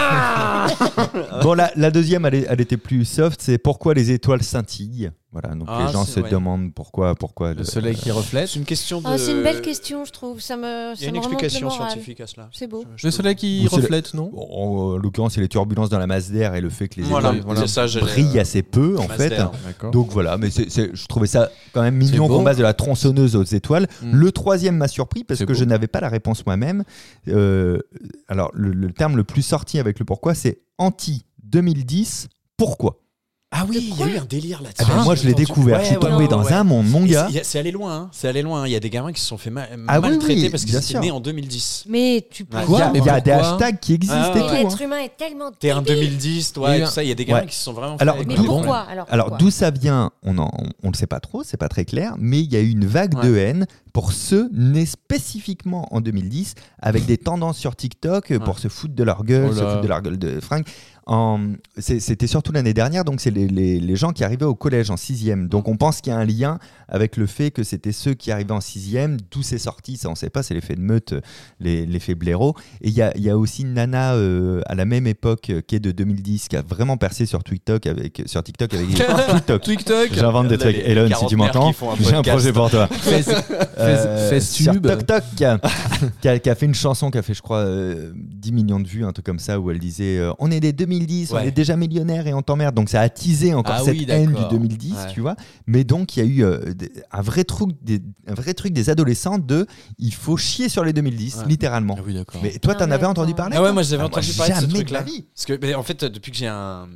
faire. Bon, la, la deuxième, elle, est- elle était plus soft. C'est pourquoi les étoiles scintillent. Voilà, donc Ah, les gens c'est- se ouais. demandent pourquoi, pourquoi Le soleil qui reflète. C'est une question de. Ah, c'est une belle question, je trouve. Ça me, Il y ça a une me remonte le explication moral. scientifique à cela. C'est beau. Je- je Le peux- soleil qui Ou c'est le- reflète, non En, en l'occurrence, c'est les turbulences dans la masse d'air et le fait que les Voilà, étoiles voilà. c'est ça, j'allais, brillent euh, assez peu, en masse fait. d'air. D'accord. Donc voilà, mais c'est, c'est- je trouvais ça quand même mignon C'est beau. qu'on passe de la tronçonneuse aux étoiles. Mm. Le troisième m'a surpris parce C'est que beau. je n'avais pas la réponse moi-même. Euh, alors, le, le terme le plus sorti avec le pourquoi, c'est anti deux mille dix. Pourquoi? Ah oui, il y a eu un délire Ah là-dessus. ben, moi, je l'ai J'ai entendu. découvert. Ouais, je suis ouais, tombé ouais, dans ouais. un monde, mon Et gars. c'est- C'est allé loin, hein. C'est allé loin. Il y a des gamins qui se sont fait ma- Ah oui, maltraiter oui, parce bien qu'ils étaient sûr. nés en deux mille dix. Mais tu peux. Ouais. Il y Quoi a, Mais il y a des pourquoi hashtags qui existent Ah, et ouais. tout. L'être hein. humain est tellement. T'es en débile. deux mille dix, Il y a toi, eu et un- tout ça. Il y a des gamins Ouais. qui se sont vraiment Alors, fait. Mais d'où- pourquoi alors, Alors pourquoi d'où ça vient, on ne on le sait pas trop, c'est pas très clair, mais il y a eu une vague Ouais. de haine pour ceux nés spécifiquement en deux mille dix, avec des tendances sur TikTok euh, pour Ouais. se foutre de leur gueule, Oh se là. foutre de leur gueule de fringues. En- c'est- C'était surtout l'année dernière, donc c'est les, les- les gens qui arrivaient au collège en sixième. Donc on pense qu'il y a un lien avec le fait que c'était ceux qui arrivaient en sixième, d'où c'est sorti, ça on sait pas, c'est l'effet de meute, euh, les- l'effet blaireau. Et il y a, il y a aussi une nana euh, à la même époque euh, qui est de deux mille dix, qui a vraiment percé sur TikTok avec, sur TikTok avec TikTok. TikTok. J'invente des Là, trucs. les Elon, si tu quarantenaires m'entends, qui font un j'ai un podcast. projet pour toi. Fes- Euh, Fes- sur Festube. TikTok, qui a, qui, a, qui a fait une chanson qui a fait, je crois, euh, dix millions de vues, un truc comme ça, où elle disait euh, on est des deux mille dix, on Ouais. est déjà millionnaires et on t'emmerde. Donc ça a teasé encore Ah cette oui, haine du d'accord. deux mille dix, Ouais. tu vois. Mais donc il y a eu euh, des- un, vrai truc, des, un vrai truc des adolescents de il faut chier sur les deux mille dix, Ouais. littéralement. Ah oui, d'accord. Mais toi, Non, t'en mais avais entendu attends. parler Ah ouais, toi moi j'avais Ah, entendu moi, parler de ce jamais de truc-là. ma vie. Parce que, mais en fait, depuis que j'ai un.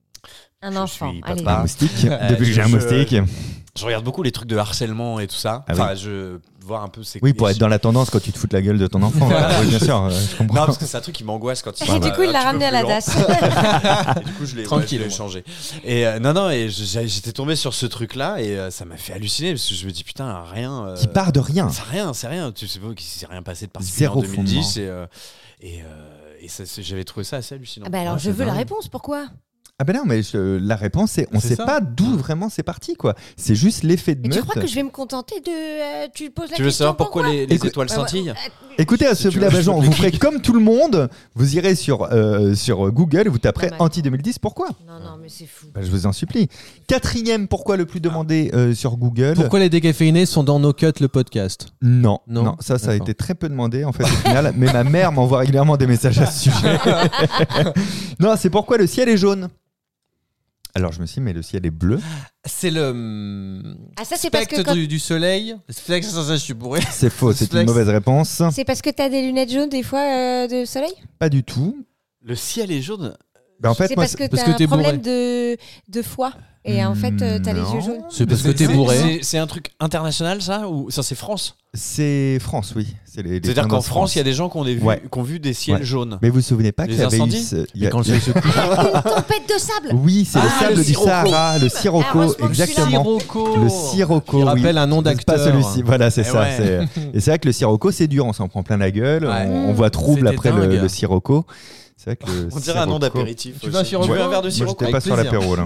Un Je enfant. suis Allez. papa. Un moustique. Euh, Depuis que j'ai un je- moustique. Je regarde beaucoup les trucs de harcèlement et tout ça. Ah enfin, je voir un peu c'est Oui, pour être dans la tendance quand tu te fous de la gueule de ton enfant. Voilà. Oui, bien sûr, euh, je comprends. Non, parce que c'est un truc qui m'angoisse quand il Et du coup, il l'a ramené à la D A S. Et du coup, je l'ai Tranquille, ouais, je l'ai changé. Et euh, non, non, et je- j'étais tombé sur ce truc-là et euh, ça m'a fait halluciner parce que je me dis putain, rien. euh, Qui part de rien. C'est rien, c'est rien. Tu sais pas qu'il s'est rien passé de particulier Zéro en deux mille dix fondement. et, euh, et, euh, et ça, c'est- j'avais trouvé ça assez hallucinant. Ah bah alors, Ouais, je c'est veux la dingue. réponse. Pourquoi Ah ben non, mais je- la réponse c'est on C'est sait ça. pas d'où vraiment c'est parti quoi. C'est juste l'effet de Et tu meute. crois que je vais me contenter de. euh, tu poses la Tu veux question savoir pourquoi les, les Écoute, étoiles Bah, ouais, scintillent euh, Écoutez, à Si ce tu veux, village, je peux te vous ferez comme tout le monde, vous irez sur, euh, sur Google, vous taperez Ah bah, anti deux mille dix, pourquoi Non, non, mais c'est fou. Bah, je vous en supplie. Quatrième, pourquoi le plus demandé euh, sur Google Pourquoi les décaféinés sont dans No Cut le podcast? non, Non non, ça, ça a D'accord. été très peu demandé en fait au final, mais ma mère m'envoie régulièrement des messages à ce sujet. Non, c'est pourquoi le ciel est jaune. Alors je me suis dit, mais le ciel est bleu. C'est le hum, Ah, ça, c'est parce que spectre quand- du, du soleil. Spectre, ça, ça, je suis bourré. C'est faux, c'est une Flex. mauvaise réponse. C'est parce que t'as des lunettes jaunes des fois euh, de soleil. Pas du tout. Le ciel est jaune. Ben, en fait, C'est moi, parce que parce t'as que un t'es problème de de foie et en fait euh, t'as les Non. yeux jaunes. C'est parce que C'est- t'es c'est- bourré. c'est- C'est un truc international ça ou ça c'est France? c'est France, oui. C'est les- les C'est-à-dire qu'en tendances France, il y a des gens qui ont, des vues- Ouais. qui ont vu des ciels Ouais. jaunes. Mais vous vous souvenez pas Les qu'il y avait eu incendies ce- il y a- Mais quand le soleil se couche. Une tempête de sable. Oui, c'est le Ah, sable le du sirocco. Sahara, le sirocco, heureusement que je suis là. exactement. Sirocco. Le sirocco, Qui oui. rappelle un nom C'est d'acteur. pas celui-ci, voilà, c'est Eh ça. ouais. c'est- Et c'est vrai que le sirocco, c'est dur, on s'en prend plein la gueule, Ouais. on, on voit trouble C'était après le, dingue. le sirocco. C'est vrai que le On dirait un nom sirocco- d'apéritif. Tu veux un aussi. sirocco Tu veux un verre de Moi, sirocco? j'étais pas Avec sur plaisir. l'apéro, là.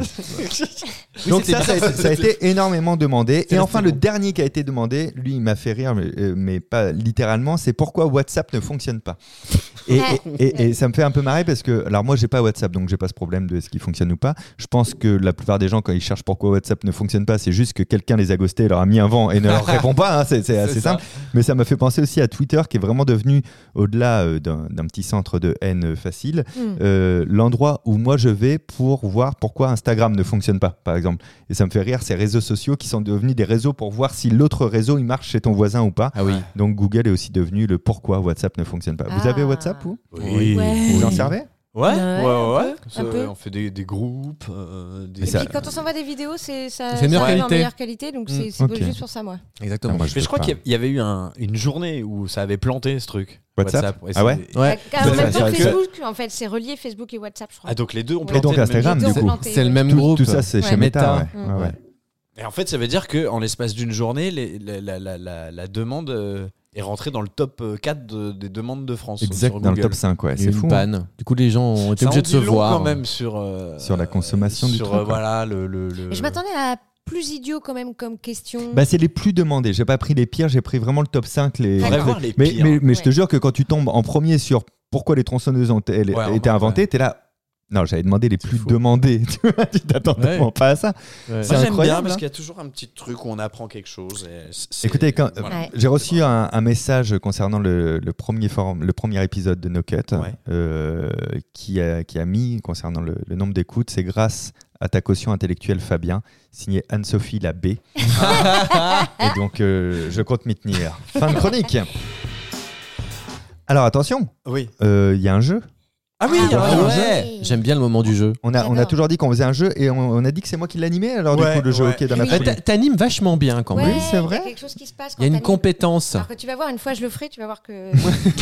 Oui, Donc c'était ça, ça a, bien. été, ça a été énormément demandé. C'est Et enfin, resté le bon. dernier qui a été demandé, lui, il m'a fait rire, mais, euh, mais pas littéralement, c'est pourquoi WhatsApp ne fonctionne pas. Et, et, et- et ça me fait un peu marrer parce que, alors moi, j'ai pas WhatsApp, donc j'ai pas ce problème de est-ce qu'il fonctionne ou pas. Je pense que la plupart des gens, quand ils cherchent pourquoi WhatsApp ne fonctionne pas, c'est juste que quelqu'un les a ghostés, leur a mis un vent et ne leur répond pas. Hein, c'est c'est assez C'est ça. simple. Mais ça m'a fait penser aussi à Twitter, qui est vraiment devenu, au-delà euh, d'un d'un petit centre de haine facile, Hmm. euh, l'endroit où moi je vais pour voir pourquoi Instagram ne fonctionne pas, par exemple. Et ça me fait rire ces réseaux sociaux qui sont devenus des réseaux pour voir si l'autre réseau il marche chez ton voisin ou pas. Ah oui. Donc Google est aussi devenu le pourquoi WhatsApp ne fonctionne pas. Vous Ah. avez WhatsApp vous Oui. Ouais. Vous en servez Ouais, ouais, Ouais, ouais. un peu, Ça, un peu. On fait des, des groupes. euh, des... Et Et ça- puis quand on s'envoie des vidéos, c'est ça, C'est meilleure ça arrive en qualité. meilleure qualité, donc c'est Mm. c'est Ok. juste pour ça moi. Exactement. Ah, moi, je Mais je peux crois pas. qu'il y avait eu un- une journée où ça avait planté ce truc. WhatsApp Et Ah ouais c'est- Ouais. En Ça, même ça, temps ça, que ça- Facebook, en fait, c'est relié Facebook et WhatsApp, je crois. Ah, donc les deux ont Et planté. donc le même Instagram, jour. Les du deux coup. ont planté, C'est le ouais. même tout, groupe. tout ça c'est Ouais. chez Meta. Meta. ouais. Mm. Ouais, ouais. Et en fait, ça veut dire qu'en l'espace d'une journée, les- la, la- la- la- la demande euh, est rentrée dans le top euh, quatre de- des demandes de France. Exact, sur dans le Google. top cinq, ouais, Il y a c'est eu fou. une hein. panne. Du coup, les gens ont été Ça en obligés de se dit long voir. quand même sur, euh, Sur la consommation du sur, truc, euh, quoi. voilà, le, le, le- Et je m'attendais à plus idiot quand même comme question. Bah, c'est les plus demandés. J'ai pas pris les pires, j'ai pris vraiment le top cinq. Les... Faudrait voir les mais, pires. mais, mais je te Ouais. jure que quand tu tombes en premier sur pourquoi les tronçonneuses ont été, Ouais, été ouais. inventées, t'es là. Non, j'avais demandé les C'est plus fou. demandés. Tu vois, tu t'attends Ouais. tellement pas à ça. Ouais. C'est Moi, j'aime incroyable, bien parce hein. qu'il y a toujours un petit truc où on apprend quelque chose. et c'est- Écoutez, quand, voilà. Ouais. j'ai reçu un, un message concernant le, le premier forum, le premier épisode de No Cut, Ouais. euh, qui, a, qui a mis concernant le, le nombre d'écoutes. C'est grâce à ta caution intellectuelle, Fabien, signé Anne-Sophie Labbé. Et donc, euh, je compte m'y tenir. Fin de chronique. Alors attention, Oui. euh, il y a un jeu. Ah oui, Ah ah ouais. ouais. J'aime bien le moment du jeu. On a, on a J'adore. toujours dit qu'on faisait un jeu et on, on a dit que c'est moi qui l'animais. Alors Ouais, du coup, le jeu ouais. OK dans la Oui. Ouais, foulée. t'a- T'animes vachement bien quand Ouais, même. Oui, c'est vrai. Il y a quelque chose qui se passe quand Il y a une t'animes. compétence. Alors que tu vas voir, une fois je le ferai, tu vas voir que.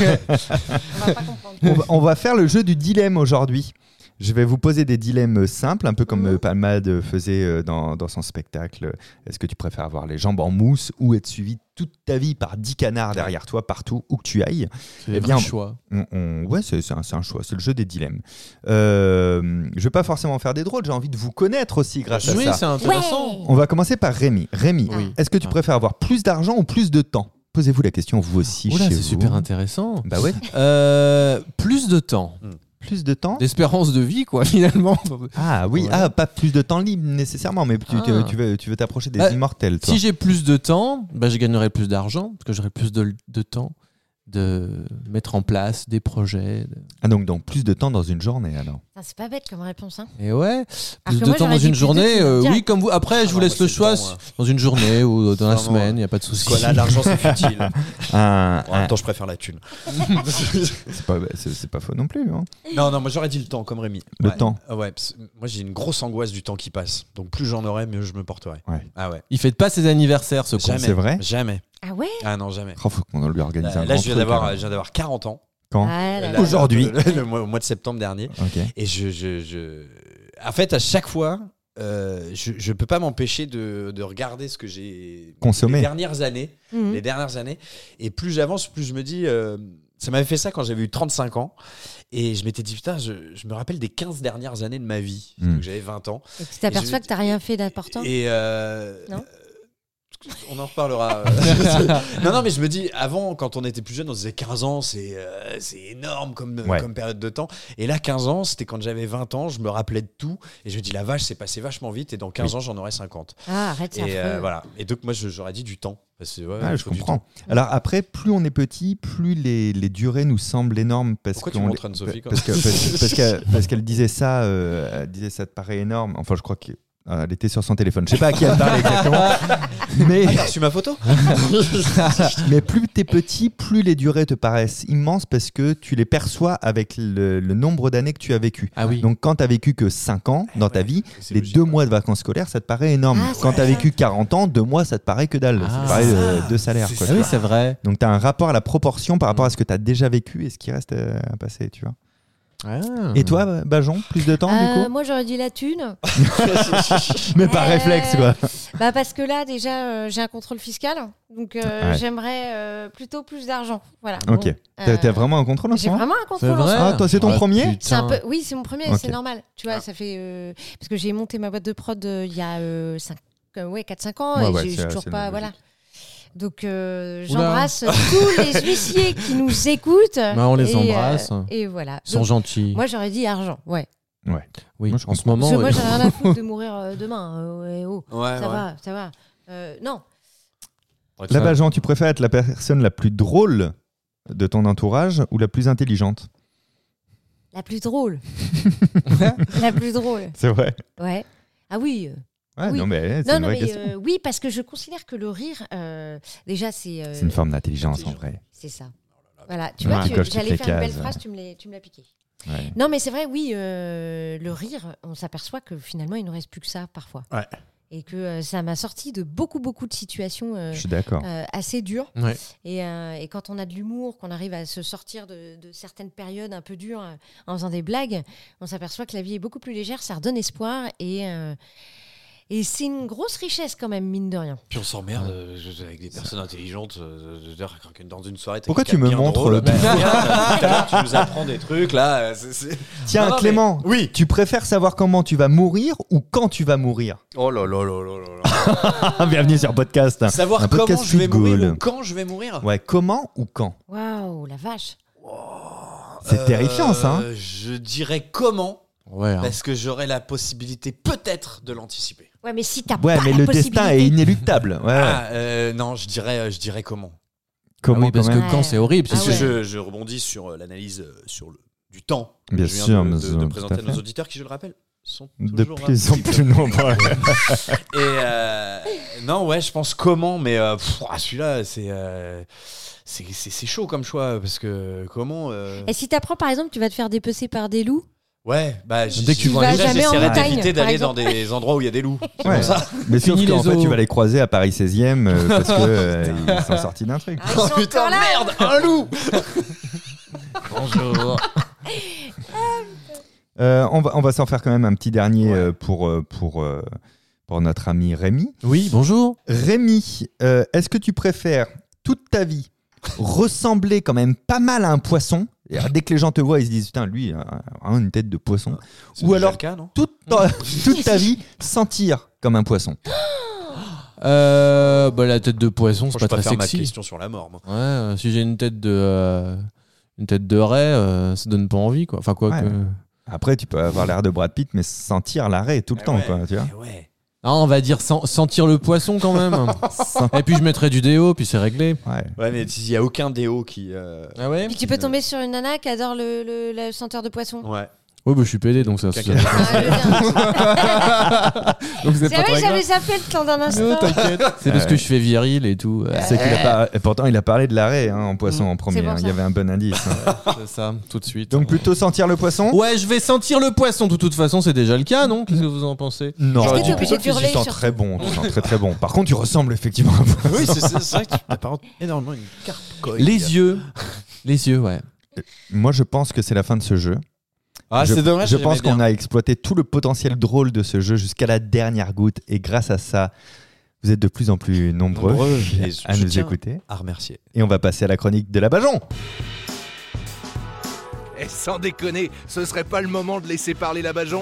On va pas comprendre. On va, on va faire le jeu du dilemme aujourd'hui. Je vais vous poser des dilemmes simples, un peu comme Mhm. euh, Palmade faisait euh, dans, dans son spectacle. Est-ce que tu préfères avoir les jambes en mousse ou être suivi toute ta vie par dix canards derrière toi partout où que tu ailles? C'est Eh un bien, choix. on, on- Ouais, c'est c'est un, c'est un choix, c'est le jeu des dilemmes. Euh, je vais pas forcément faire des drôles, j'ai envie de vous connaître aussi grâce Oui, à c'est ça. intéressant. On va commencer par Rémi. Rémi, Oui. est-ce que tu Ah. préfères avoir plus d'argent ou plus de temps? Posez-vous la question vous aussi Oula, chez c'est vous. super intéressant. Bah ouais, Euh, plus de temps. plus de temps. D'espérance de vie, quoi, finalement. Ah oui, Voilà. ah, pas plus de temps libre nécessairement, mais tu, tu- Ah. tu veux tu veux t'approcher des Bah, immortels, toi. Si j'ai plus de temps, bah, je gagnerai plus d'argent, parce que j'aurai plus de, de temps de mettre en place des projets. de- Ah donc, donc plus de temps dans une journée alors. Putain, c'est pas bête comme réponse. Hein. Et ouais, plus que de moi, temps j'aurais dans dit une plus de journée, thunes, euh, direct. oui, comme vous. Après, je Ah vous non, laisse moi, le c'est choix le temps, moi. dans une journée ou dans la Vraiment, semaine, il n'y a pas de souci. Parce que là, l'argent, c'est futile. Un- En même un- temps, je préfère la thune. c'est pas, c'est- c'est pas faux non plus. Hein. Non, non, moi j'aurais dit le temps, comme Rémi. Le Ouais. temps. Ah ouais, parce que moi j'ai une grosse angoisse du temps qui passe. Donc plus j'en aurai, mieux je me porterai. Ouais. Ah ouais. Il fête pas ses anniversaires, ce con. Jamais. c'est vrai Jamais. Ah ouais. Ah non, jamais. Oh, faut qu'on lui organise Là, un là, grand je viens truc, d'avoir, alors. je viens d'avoir quarante ans. Quand Ah là Là, là. Aujourd'hui. le, le mois, au mois de septembre dernier. Ok. Et je, je, je... En fait, à chaque fois, euh, je, je peux pas m'empêcher de, de regarder ce que j'ai Consommé. les dernières années. Mhm. Les dernières années. Et plus j'avance, plus je me dis. euh, ça m'avait fait ça quand j'avais eu trente-cinq ans. Et je m'étais dit, putain, je, je me rappelle des quinze dernières années de ma vie. Mm. Donc j'avais vingt ans. Et tu t'aperçois Et je- que t'as rien fait d'important. Et. euh, Non On en reparlera. non, non, mais je me dis, avant, quand on était plus jeune, on se disait quinze ans, c'est euh, c'est énorme comme, Ouais. comme période de temps. Et là, quinze ans, c'était quand j'avais vingt ans, je me rappelais de tout. Et je me dis, la vache, c'est passé vachement vite. Et dans quinze ans, j'en aurai cinquante. Ah, arrête, c'est Et affreux. euh, voilà. Et donc, moi, je- j'aurais dit du temps. Parce que, ouais, Ah, il je faut du comprends. temps. Alors après, plus on est petit, plus les, les durées nous semblent énormes parce Pourquoi tu qu'on- montres Anne-Sophie comme parce que- parce- parce qu'elle parce qu'elle disait ça, euh, elle disait ça te paraît énorme. Enfin, je crois qu'elle était sur son téléphone. Je sais pas à qui elle parlait exactement. Mais Ah, t'as reçu ma photo Mais plus t'es petit, plus les durées te paraissent immenses parce que tu les perçois avec le, le nombre d'années que tu as vécu. Ah oui. Donc quand tu as vécu que cinq ans dans ta Ouais, vie, c'est les logique, deux ouais. mois de vacances scolaires, ça te paraît énorme. Ah, quand c'est tu as vrai. vécu quarante ans, deux mois, ça te paraît que dalle. Ah, ça te paraît c'est euh, ça. deux salaires. C'est quoi. Ah oui, c'est vrai. Donc tu as un rapport à la proportion par rapport à ce que tu as déjà vécu et ce qui reste euh, à passer. Tu vois. Ah. Et toi, Bajon, plus de temps Euh, du coup moi j'aurais dit la thune. Mais par Euh, réflexe quoi. Bah parce que là déjà euh, j'ai un contrôle fiscal, donc euh, Ouais. j'aimerais euh, plutôt plus d'argent. Voilà. Ok. Bon, T'as euh, t'as vraiment un contrôle en ce J'ai moment vraiment un C'est contrôle. en ce vrai. moment. Ah, toi, c'est ton Ah, premier putain. C'est un peu, oui, c'est mon premier, Ok. c'est normal. Tu vois, ça fait euh, parce que j'ai monté ma boîte de prod euh, il y a euh, cinq, euh, ouais, quatre cinq ans Ouais, et ouais, j'ai c'est- j'ai toujours c'est pas, logique. voilà. Donc euh, Oula. j'embrasse tous les huissiers qui nous écoutent. Bah, on les et, embrasse. euh, et voilà. Ils sont Donc, gentils. moi j'aurais dit argent, ouais. oui, moi, je en ce comprends. moment. Parce que moi oui. j'ai rien à foutre de mourir euh, demain. euh, ouais, oh, Ouais, ça ouais. va, ça va. Euh, non. Là, Bajon, tu préfères être la personne la plus drôle de ton entourage ou la plus intelligente? La plus drôle. La plus drôle. C'est vrai. Ouais. Ah oui. euh, Ouais, Oui. non, mais c'est Non, une non, vraie mais question. euh, oui, parce que je considère que le rire, euh, déjà, c'est. euh, C'est une forme d'intelligence en vrai. C'est ça. Voilà. Tu Ouais, vois, tu tu- coches toutes j'allais les faire une belle cases. phrase, tu me l'as tu me l'as piqué. Ouais. Non, mais c'est vrai, oui, euh, le rire, on s'aperçoit que finalement, il ne reste plus que ça parfois. Ouais. Et que euh, ça m'a sorti de beaucoup, beaucoup de situations euh, Je suis d'accord. euh, assez dures. Ouais. Et, euh, et quand on a de l'humour, qu'on arrive à se sortir de, de certaines périodes un peu dures euh, en faisant des blagues, on s'aperçoit que la vie est beaucoup plus légère, ça redonne espoir. Et, euh, Et c'est une grosse richesse quand même, mine de rien. Puis on s'emmerde euh, je- avec des personnes intelligentes. euh, je veux dire, quand- dans une soirée, t'as Pourquoi quelqu'un tu me bien montres drôle, le- bah, regarde, tout à l'heure, tu nous apprends des trucs là. euh, c'est- c'est- Tiens, Non, non, Clément, mais- Oui. tu préfères savoir comment tu vas mourir ou quand tu vas mourir? Oh là là là là là là. Bienvenue sur podcast. Savoir Un comment podcast je vais Food mourir Goal. ou quand je vais mourir. Ouais, comment ou quand? Waouh, la vache. C'est terrifiant, ça, hein. Euh, Je dirais comment, Ouais. hein. parce que j'aurai la possibilité peut-être de l'anticiper. Ouais, mais si t'as Ouais, pas mais la le possibilité... destin est inéluctable. Ouais, ouais. Ah, euh, non, je dirais, euh, je dirais comment. Comment Ah oui, parce quand que même Ouais. quand c'est horrible, c'est Ah Parce sûr. que je, je rebondis sur euh, l'analyse euh, sur le, du temps que Bien je viens sûr, de, mais de- ça, de tout présenter à à nos fait. auditeurs qui, je le rappelle, sont De toujours plus un en petit plus peu- nombreux. Et euh, non, ouais, je pense comment, mais euh, pff, ah, celui-là, c'est, euh, c'est, c'est, c'est chaud comme choix, parce que comment... euh, Et si t'apprends, par exemple, tu vas te faire dépecer par des loups? Ouais, bah, j- Dès que tu j- vas déjà, jamais en j'essaierai montagne, d'éviter par d'aller dans exemple. des endroits où il y a des loups. C'est Ouais. pour ça. Mais sauf Fini qu'en les fait, os. tu vas les croiser à Paris seizième euh, parce que euh, ils sont sortis d'un truc. Ah, ils sont encore là. merde, un loup. Bonjour. Euh, on va, on va s'en faire quand même un petit dernier euh, pour, euh, pour, euh, pour notre ami Rémi. Oui, bonjour. Rémi, euh, est-ce que tu préfères toute ta vie ressembler quand même pas mal à un poisson? Et dès que les gens te voient, ils se disent putain, lui, a a une tête de poisson. C'est Ou déjà alors le cas, non toute ta, toute ta vie sentir comme un poisson. Euh, bah, la tête de poisson, c'est Moi, pas je très préfère ma sexy. question sur la mort, moi. Ouais, euh, si j'ai une tête de euh, une tête de raie, euh, ça donne pas envie quoi. Enfin quoi Ouais. que. Après, tu peux avoir l'air de Brad Pitt, mais sentir l'arrêt tout le Eh temps, ouais, quoi, tu vois. eh ouais. Non, on va dire sen- sentir le poisson quand même. Et puis je mettrai du déo, puis c'est réglé. Ouais. Ouais, mais il n'y a aucun déo qui. euh, Ah ouais. Puis tu peux tomber sur une nana qui adore le, le, le senteur de poisson. Ouais. Ouais, bah je suis pédé donc ça. Caca. ça- Ah, je veux dire. donc c'est C'est pas vrai, très j'avais grave. zappé le temps d'un Non, instant. t'inquiète. C'est parce que je fais viril et tout. Ouais, C'est qu'il a pas... et pourtant, il a parlé de l'arrêt hein, en poisson en premier. pour hein. ça. Il y avait un bon indice. hein. c'est ça, tout de suite. Donc plutôt sentir le poisson. Ouais, je vais sentir le poisson. De toute façon, c'est déjà le cas, non? Qu'est-ce que vous en pensez? Non, Est-ce que t'es plutôt obligé de tu hurler sens sur- très bon. Tu sens très très bon. Par contre, tu ressembles effectivement à un poisson. Oui, c'est, c'est, c'est vrai que tu t'apparentes énormément à une carpe. Les yeux. Les yeux, ouais. Moi, je pense que c'est la fin de ce jeu. Ah, je, c'est dommage. Je j'aimais pense bien. qu'on a exploité tout le potentiel drôle de ce jeu jusqu'à la dernière goutte. Et grâce à ça, vous êtes de plus en plus nombreux, Nombreux, et à je nous tiens écouter. à remercier. Et on va passer à la chronique de la Bajon. Et sans déconner, ce serait pas le moment de laisser parler la Bajon?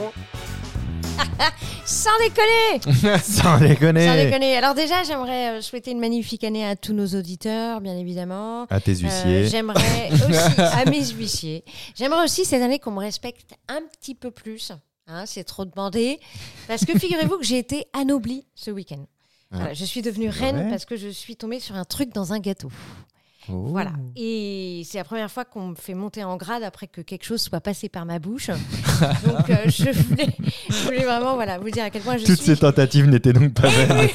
Sans déconner Sans déconner. Sans déconner. Alors déjà, j'aimerais euh, souhaiter une magnifique année à tous nos auditeurs, bien évidemment. À tes Euh, huissiers. j'aimerais aussi, à mes huissiers, j'aimerais aussi cette année qu'on me respecte un petit peu plus. Hein, c'est trop demandé. Parce que figurez-vous que j'ai été anoblie ce week-end. Voilà, je suis devenue reine Ouais. parce que je suis tombée sur un truc dans un gâteau. Oh. Voilà. Et c'est la première fois qu'on me fait monter en grade après que quelque chose soit passé par ma bouche. Donc euh, je, voulais, je voulais vraiment voilà, vous dire à quel point je Toutes suis ces tentatives n'étaient donc pas vaines.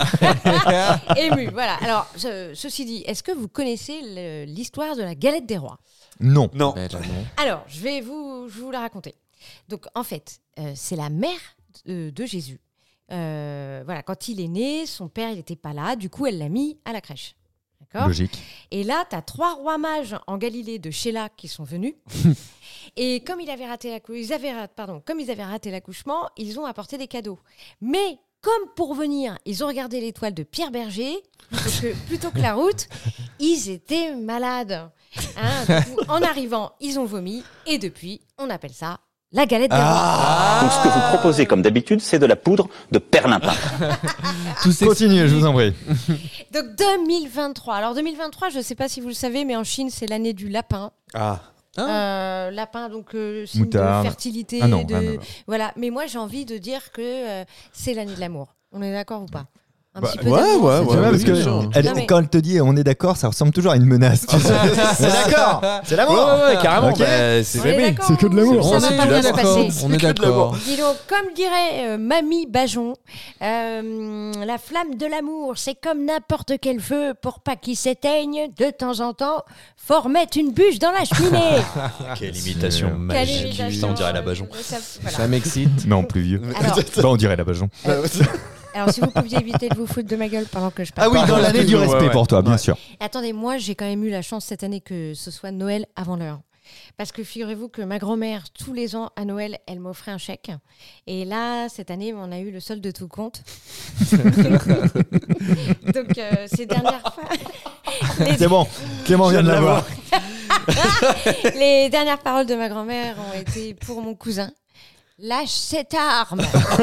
émue. Voilà. Alors, ce- ceci dit, est-ce que vous connaissez le- l'histoire de la galette des rois? Non. Non. Belle, non. Alors, je vais vous, je vais vous la raconter. Donc, en fait, euh, c'est la mère de, de Jésus. Euh, voilà, quand il est né, son père, il n'était pas là. Du coup, elle l'a mis à la crèche. D'accord ? Logique. Et là, tu as trois rois mages en Galilée de Sheila qui sont venus. Et comme, il avait raté la cou- ils avaient, ra- pardon, comme ils avaient raté l'accouchement, ils ont apporté des cadeaux. Mais comme pour venir, ils ont regardé l'étoile de Pierre Berger, plutôt que, plutôt que la route, ils étaient malades. Hein, du coup, en arrivant, ils ont vomi. Et depuis, on appelle ça la galette des rois. Donc ce que vous proposez comme d'habitude, c'est de la poudre de perlimpin. Tout s'explique. Continuez, je vous en prie. Donc deux mille vingt-trois. Alors deux mille vingt-trois, je ne sais pas si vous le savez, mais en Chine, c'est l'année du lapin. Ah. Euh, lapin, donc euh, signe Moutarde. de fertilité. Ah non, de... ah non, non. Voilà. Mais moi, j'ai envie de dire que euh, c'est l'année de l'amour. On est d'accord ou pas? Un Bah, petit peu ouais, d'amour, ouais, c'est Tu ouais, vois, tout. parce que bien sûr. elle- Non, mais- quand elle te dit on est d'accord, ça ressemble toujours à une menace. tu sais. C'est d'accord, c'est l'amour. Ouais, ouais, carrément. Ok. bah, c'est On est jamais. d'accord, C'est que de l'amour. Ça On va est pas bien se d'accord. passer. On est d'accord. Dis donc, comme dirait euh, Mamie Bajon, euh, la flamme de l'amour, c'est comme n'importe quel feu, pour pas qu'il s'éteigne, de temps en temps, faut remettre une bûche dans la cheminée. Quelle imitation Quelle magique. Quelle imitation, Putain, on dirait la Bajon. euh, ça- voilà. Ça m'excite. Mais en plus vieux. Alors, Bah, on dirait la Bajon. alors, si vous pouviez éviter de vous foutre de ma gueule pendant que je parle. Ah oui, dans l'année du Ouais, respect ouais. pour toi, bien Ouais. sûr. Attendez, moi, j'ai quand même eu la chance cette année que ce soit Noël avant l'heure. Parce que figurez-vous que ma grand-mère, tous les ans, à Noël, elle m'offrait un chèque. Et là, cette année, on a eu le solde de tout compte. Donc, euh, ces dernières fois... les... C'est bon, Clément vient de l'avoir. Les dernières paroles de ma grand-mère ont été pour mon cousin. Lâche cette arme.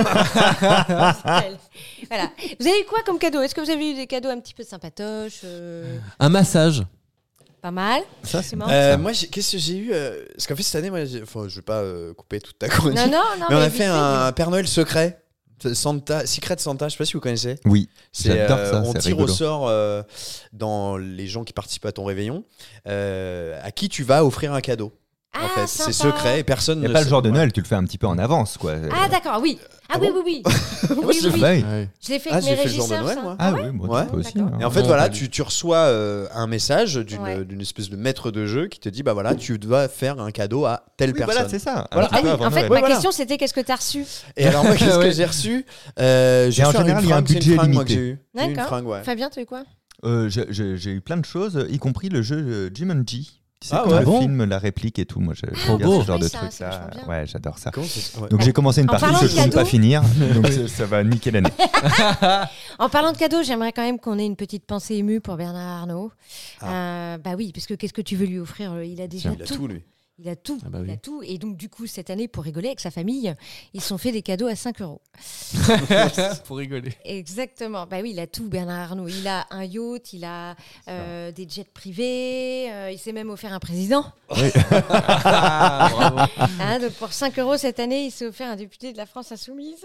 Voilà. Vous avez eu quoi comme cadeau ? Est-ce que vous avez eu des cadeaux un petit peu sympatoches euh... Un massage. Pas mal. Ça, c'est marrant. Euh, moi, j'ai- qu'est-ce que j'ai eu euh, Parce qu'en fait, cette année, moi, j'ai- enfin, je vais pas euh, couper toute ta chronique. Non, non, non. mais on a vite fait fait, un Père Noël secret. Santa, Secret Santa, je sais pas si vous connaissez. Oui, C'est, j'adore euh, ça, on c'est tire rigolo. au sort euh, dans les gens qui participent à ton réveillon euh, à qui tu vas offrir un cadeau. Ah, en fait, c'est sympa. secret et personne Il n'y ne a pas le sait. genre de Noël, tu le fais un petit peu en avance, quoi. Ah, d'accord, oui. Ah, oui, oui, oui. oui, oui, oui. Ouais. Je l'ai fait Ah, avec j'ai mes fait le jour de régisseurs, Noël, ça. moi. Ah oui, moi, Ouais. tu peux aussi. D'accord. hein. Et en fait, Non, voilà, pas tu, tu reçois euh, un message d'une Ouais. d'une espèce de maître de jeu qui te dit bah voilà, tu dois faire un cadeau à telle Oui, personne. voilà, c'est ça. Voilà. Un petit Ah peu oui, avant en fait, Noël. ma Ouais, voilà. question, c'était qu'est-ce que tu as reçu ? Et alors, moi, qu'est-ce Ouais. que j'ai reçu euh, j'ai Et en reçu général, une il y a un fringue, c'est une budget fringue, moi, que limité. j'ai eu. J'ai eu une D'accord. fringue, ouais. Fabien, tu as eu quoi ? Euh, j'ai- j'ai j'ai eu plein de choses, y compris le jeu euh, Jumanji. Tu sais, Ah comme ouais. le Bon. film, la réplique et tout. Moi, je- Trop j'aime bien beau. ce genre Oui, de ça, trucs c'est là. vachement bien. Ouais, j'adore ça. Comment c'est- ouais. Donc j'ai commencé une En partie parlant que de je compte pas cadeaux- finir. Donc ça, ça va niquer l'année. En parlant de cadeaux, j'aimerais quand même qu'on ait une petite pensée émue pour Bernard Arnault. Ah. Euh, bah oui, parce que qu'est-ce que tu veux lui offrir ? Il a déjà Il a tout. tout, lui. Il a tout. Ah bah Il oui. a tout. Et donc, du coup, cette année, pour rigoler avec sa famille, ils se sont fait des cadeaux à cinq euros. Pour rigoler. Exactement. Bah oui, il a tout, Bernard Arnault. Il a un yacht, il a euh, des jets privés, euh, il s'est même offert un président. Ah, bravo. Hein, donc, pour cinq euros cette année, il s'est offert un député de la France Insoumise.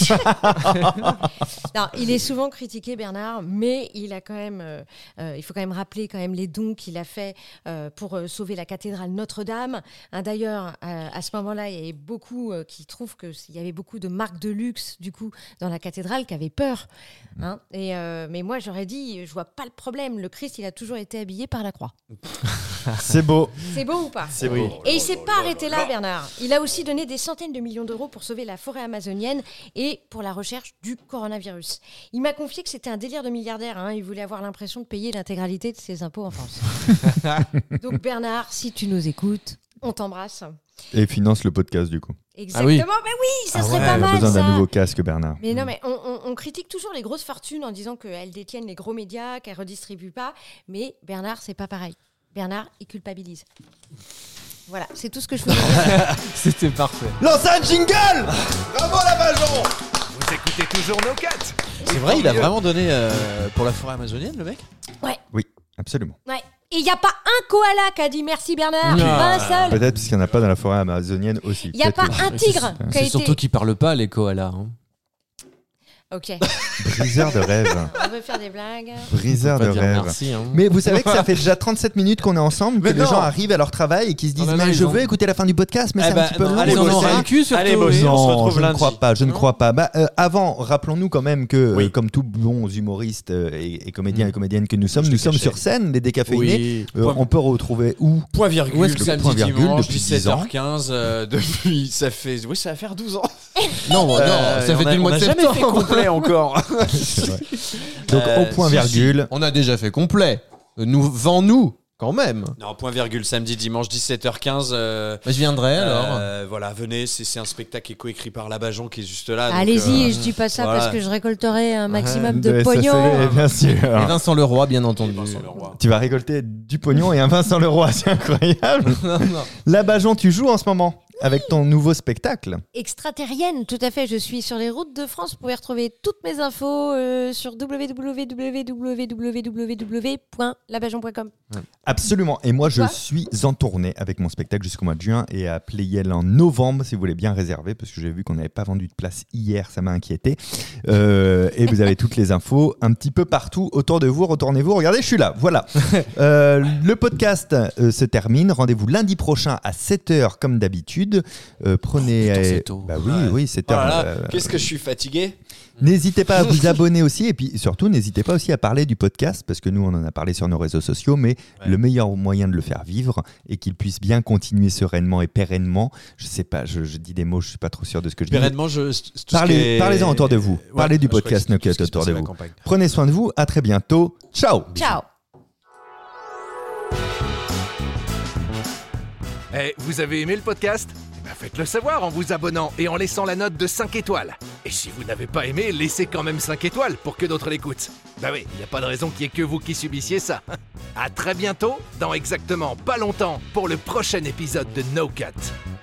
Non, il est souvent critiqué, Bernard, mais il a quand même, euh, euh, il faut quand même rappeler quand même les dons qu'il a fait euh, pour euh, sauver la cathédrale Notre-Dame. Hein, d'ailleurs, euh, à ce moment-là, il y avait beaucoup euh, qui trouvent qu'il y avait beaucoup de marques de luxe du coup dans la cathédrale qui avaient peur. Hein. Et, euh, mais moi, j'aurais dit, je vois pas le problème. Le Christ, il a toujours été habillé par la croix. C'est beau. C'est beau ou pas ? C'est Oui. beau. Et il s'est pas arrêté là, Bernard. Il a aussi donné des centaines de millions d'euros pour sauver la forêt amazonienne et pour la recherche du coronavirus. Il m'a confié que c'était un délire de milliardaire. Hein. Il voulait avoir l'impression de payer l'intégralité de ses impôts en France. Donc Bernard, si tu nous écoutes, on t'embrasse. Et finance le podcast du coup. Exactement. oui. Ben oui, ça Ah serait ouais, pas on a mal besoin ça. d'un nouveau casque, Bernard. Mais non, mais on, on- on critique toujours les grosses fortunes en disant qu'elles détiennent les gros médias, qu'elles redistribuent pas. Mais Bernard, c'est pas pareil. Bernard, il culpabilise. Voilà, c'est tout ce que je voulais dire. C'était parfait. Lance un jingle. Bravo la Bajon. Vous écoutez toujours nos quatre. C'est vrai, il a vraiment donné euh, pour la forêt amazonienne, le mec. Oui, absolument. Ouais. Et il n'y a pas un koala qui a dit merci Bernard, Non. pas un seul. Peut-être parce qu'il n'y en a pas dans la forêt amazonienne aussi. Il n'y a pas Peut-être que- un tigre qui a C'est été... surtout qu'ils parlent pas, les koalas. hein. Ok, Briseur de rêve. on veut faire des blagues. Briseur Faut de pas dire rêve. merci. hein. Mais vous savez que ça fait déjà trente-sept minutes qu'on est ensemble, que Mais les non. gens arrivent à leur travail et qui se disent Oh là là, mais ils je ont- veux écouter la fin du podcast, mais Eh c'est ben, un petit peu non, long. allez, Ils en ont bosser. ras le cul, surtout. Allez, oui. bosser. on se Non, retrouve je ne lundi. crois pas, je ne Non. crois pas. Bah, euh, avant, rappelons-nous quand même que, euh, Oui. comme tous bons humoristes euh, et, et comédiens Mm. et comédiennes que nous sommes, Je nous te sommes cachais. sur scène, les décaféinés. Oui. Euh, Point- on peut retrouver où Point virgule, Où est-ce que le c'est samedi point virgule dimanche, depuis dix dix-sept heures quinze, euh, depuis, ça fait, oui, ça va faire douze ans. Non, non, Euh, ça on fait a- depuis le mois on de a jamais fait septembre. complet encore. C'est vrai. Donc Euh, au point si, virgule. On a déjà fait complet. Nous, vends-nous, quand même. Non, point virgule, samedi, dimanche, dix-sept heures quinze. euh, Bah, je viendrai alors. euh, voilà, venez, c'est c'est un spectacle qui est coécrit par la Bajon qui est juste là. donc, Allez-y, euh, je dis pas ça voilà. parce que je récolterai un maximum de S A C, pognon. bien Et sûr. Vincent Leroy, bien entendu. Vincent Leroy. Tu vas récolter du pognon et un Vincent Leroy, c'est incroyable. non, non. La Bajon, tu joues en ce moment avec ton nouveau spectacle. Extraterrienne, tout à fait. Je suis sur les routes de France. Vous pouvez retrouver toutes mes infos euh, sur w w w point labajon point com. Absolument. Et moi, je Quoi suis en tournée avec mon spectacle jusqu'au mois de juin et à Playel en novembre, si vous voulez bien réserver, parce que j'ai vu qu'on n'avait pas vendu de place hier, ça m'a inquiété. Euh, et vous avez toutes les infos un petit peu partout autour de vous. Retournez-vous, regardez, je suis là. Voilà. Euh, le podcast euh, se termine. Rendez-vous lundi prochain à sept heures, comme d'habitude. Euh, prenez. putain, euh, c'est tôt. bah oui, Ouais. oui, sept Oh heures. là là, euh, qu'est-ce que je suis fatigué. N'hésitez pas à vous abonner aussi et puis surtout n'hésitez pas aussi à parler du podcast parce que nous on en a parlé sur nos réseaux sociaux mais Ouais. le meilleur moyen de le faire vivre et qu'il puisse bien continuer sereinement et pérennement, je sais pas, je, je dis des mots, je suis pas trop sûr de ce que je dis. Pérennement, je. c'est tout ce Parlez- qui est- parlez-en autour de vous. Ouais, Parlez du je crois que podcast c'est tout Knock ce qui It se autour passe de à la vous. campagne. Prenez soin de vous, à très bientôt. Ciao. Ciao. Eh, vous avez aimé le podcast ? Eh ben, faites-le savoir en vous abonnant et en laissant la note de cinq étoiles. Et si vous n'avez pas aimé, laissez quand même cinq étoiles pour que d'autres l'écoutent. Bah oui, il n'y a pas de raison qu'il n'y ait que vous qui subissiez ça. À très bientôt, dans exactement pas longtemps, pour le prochain épisode de No Cut.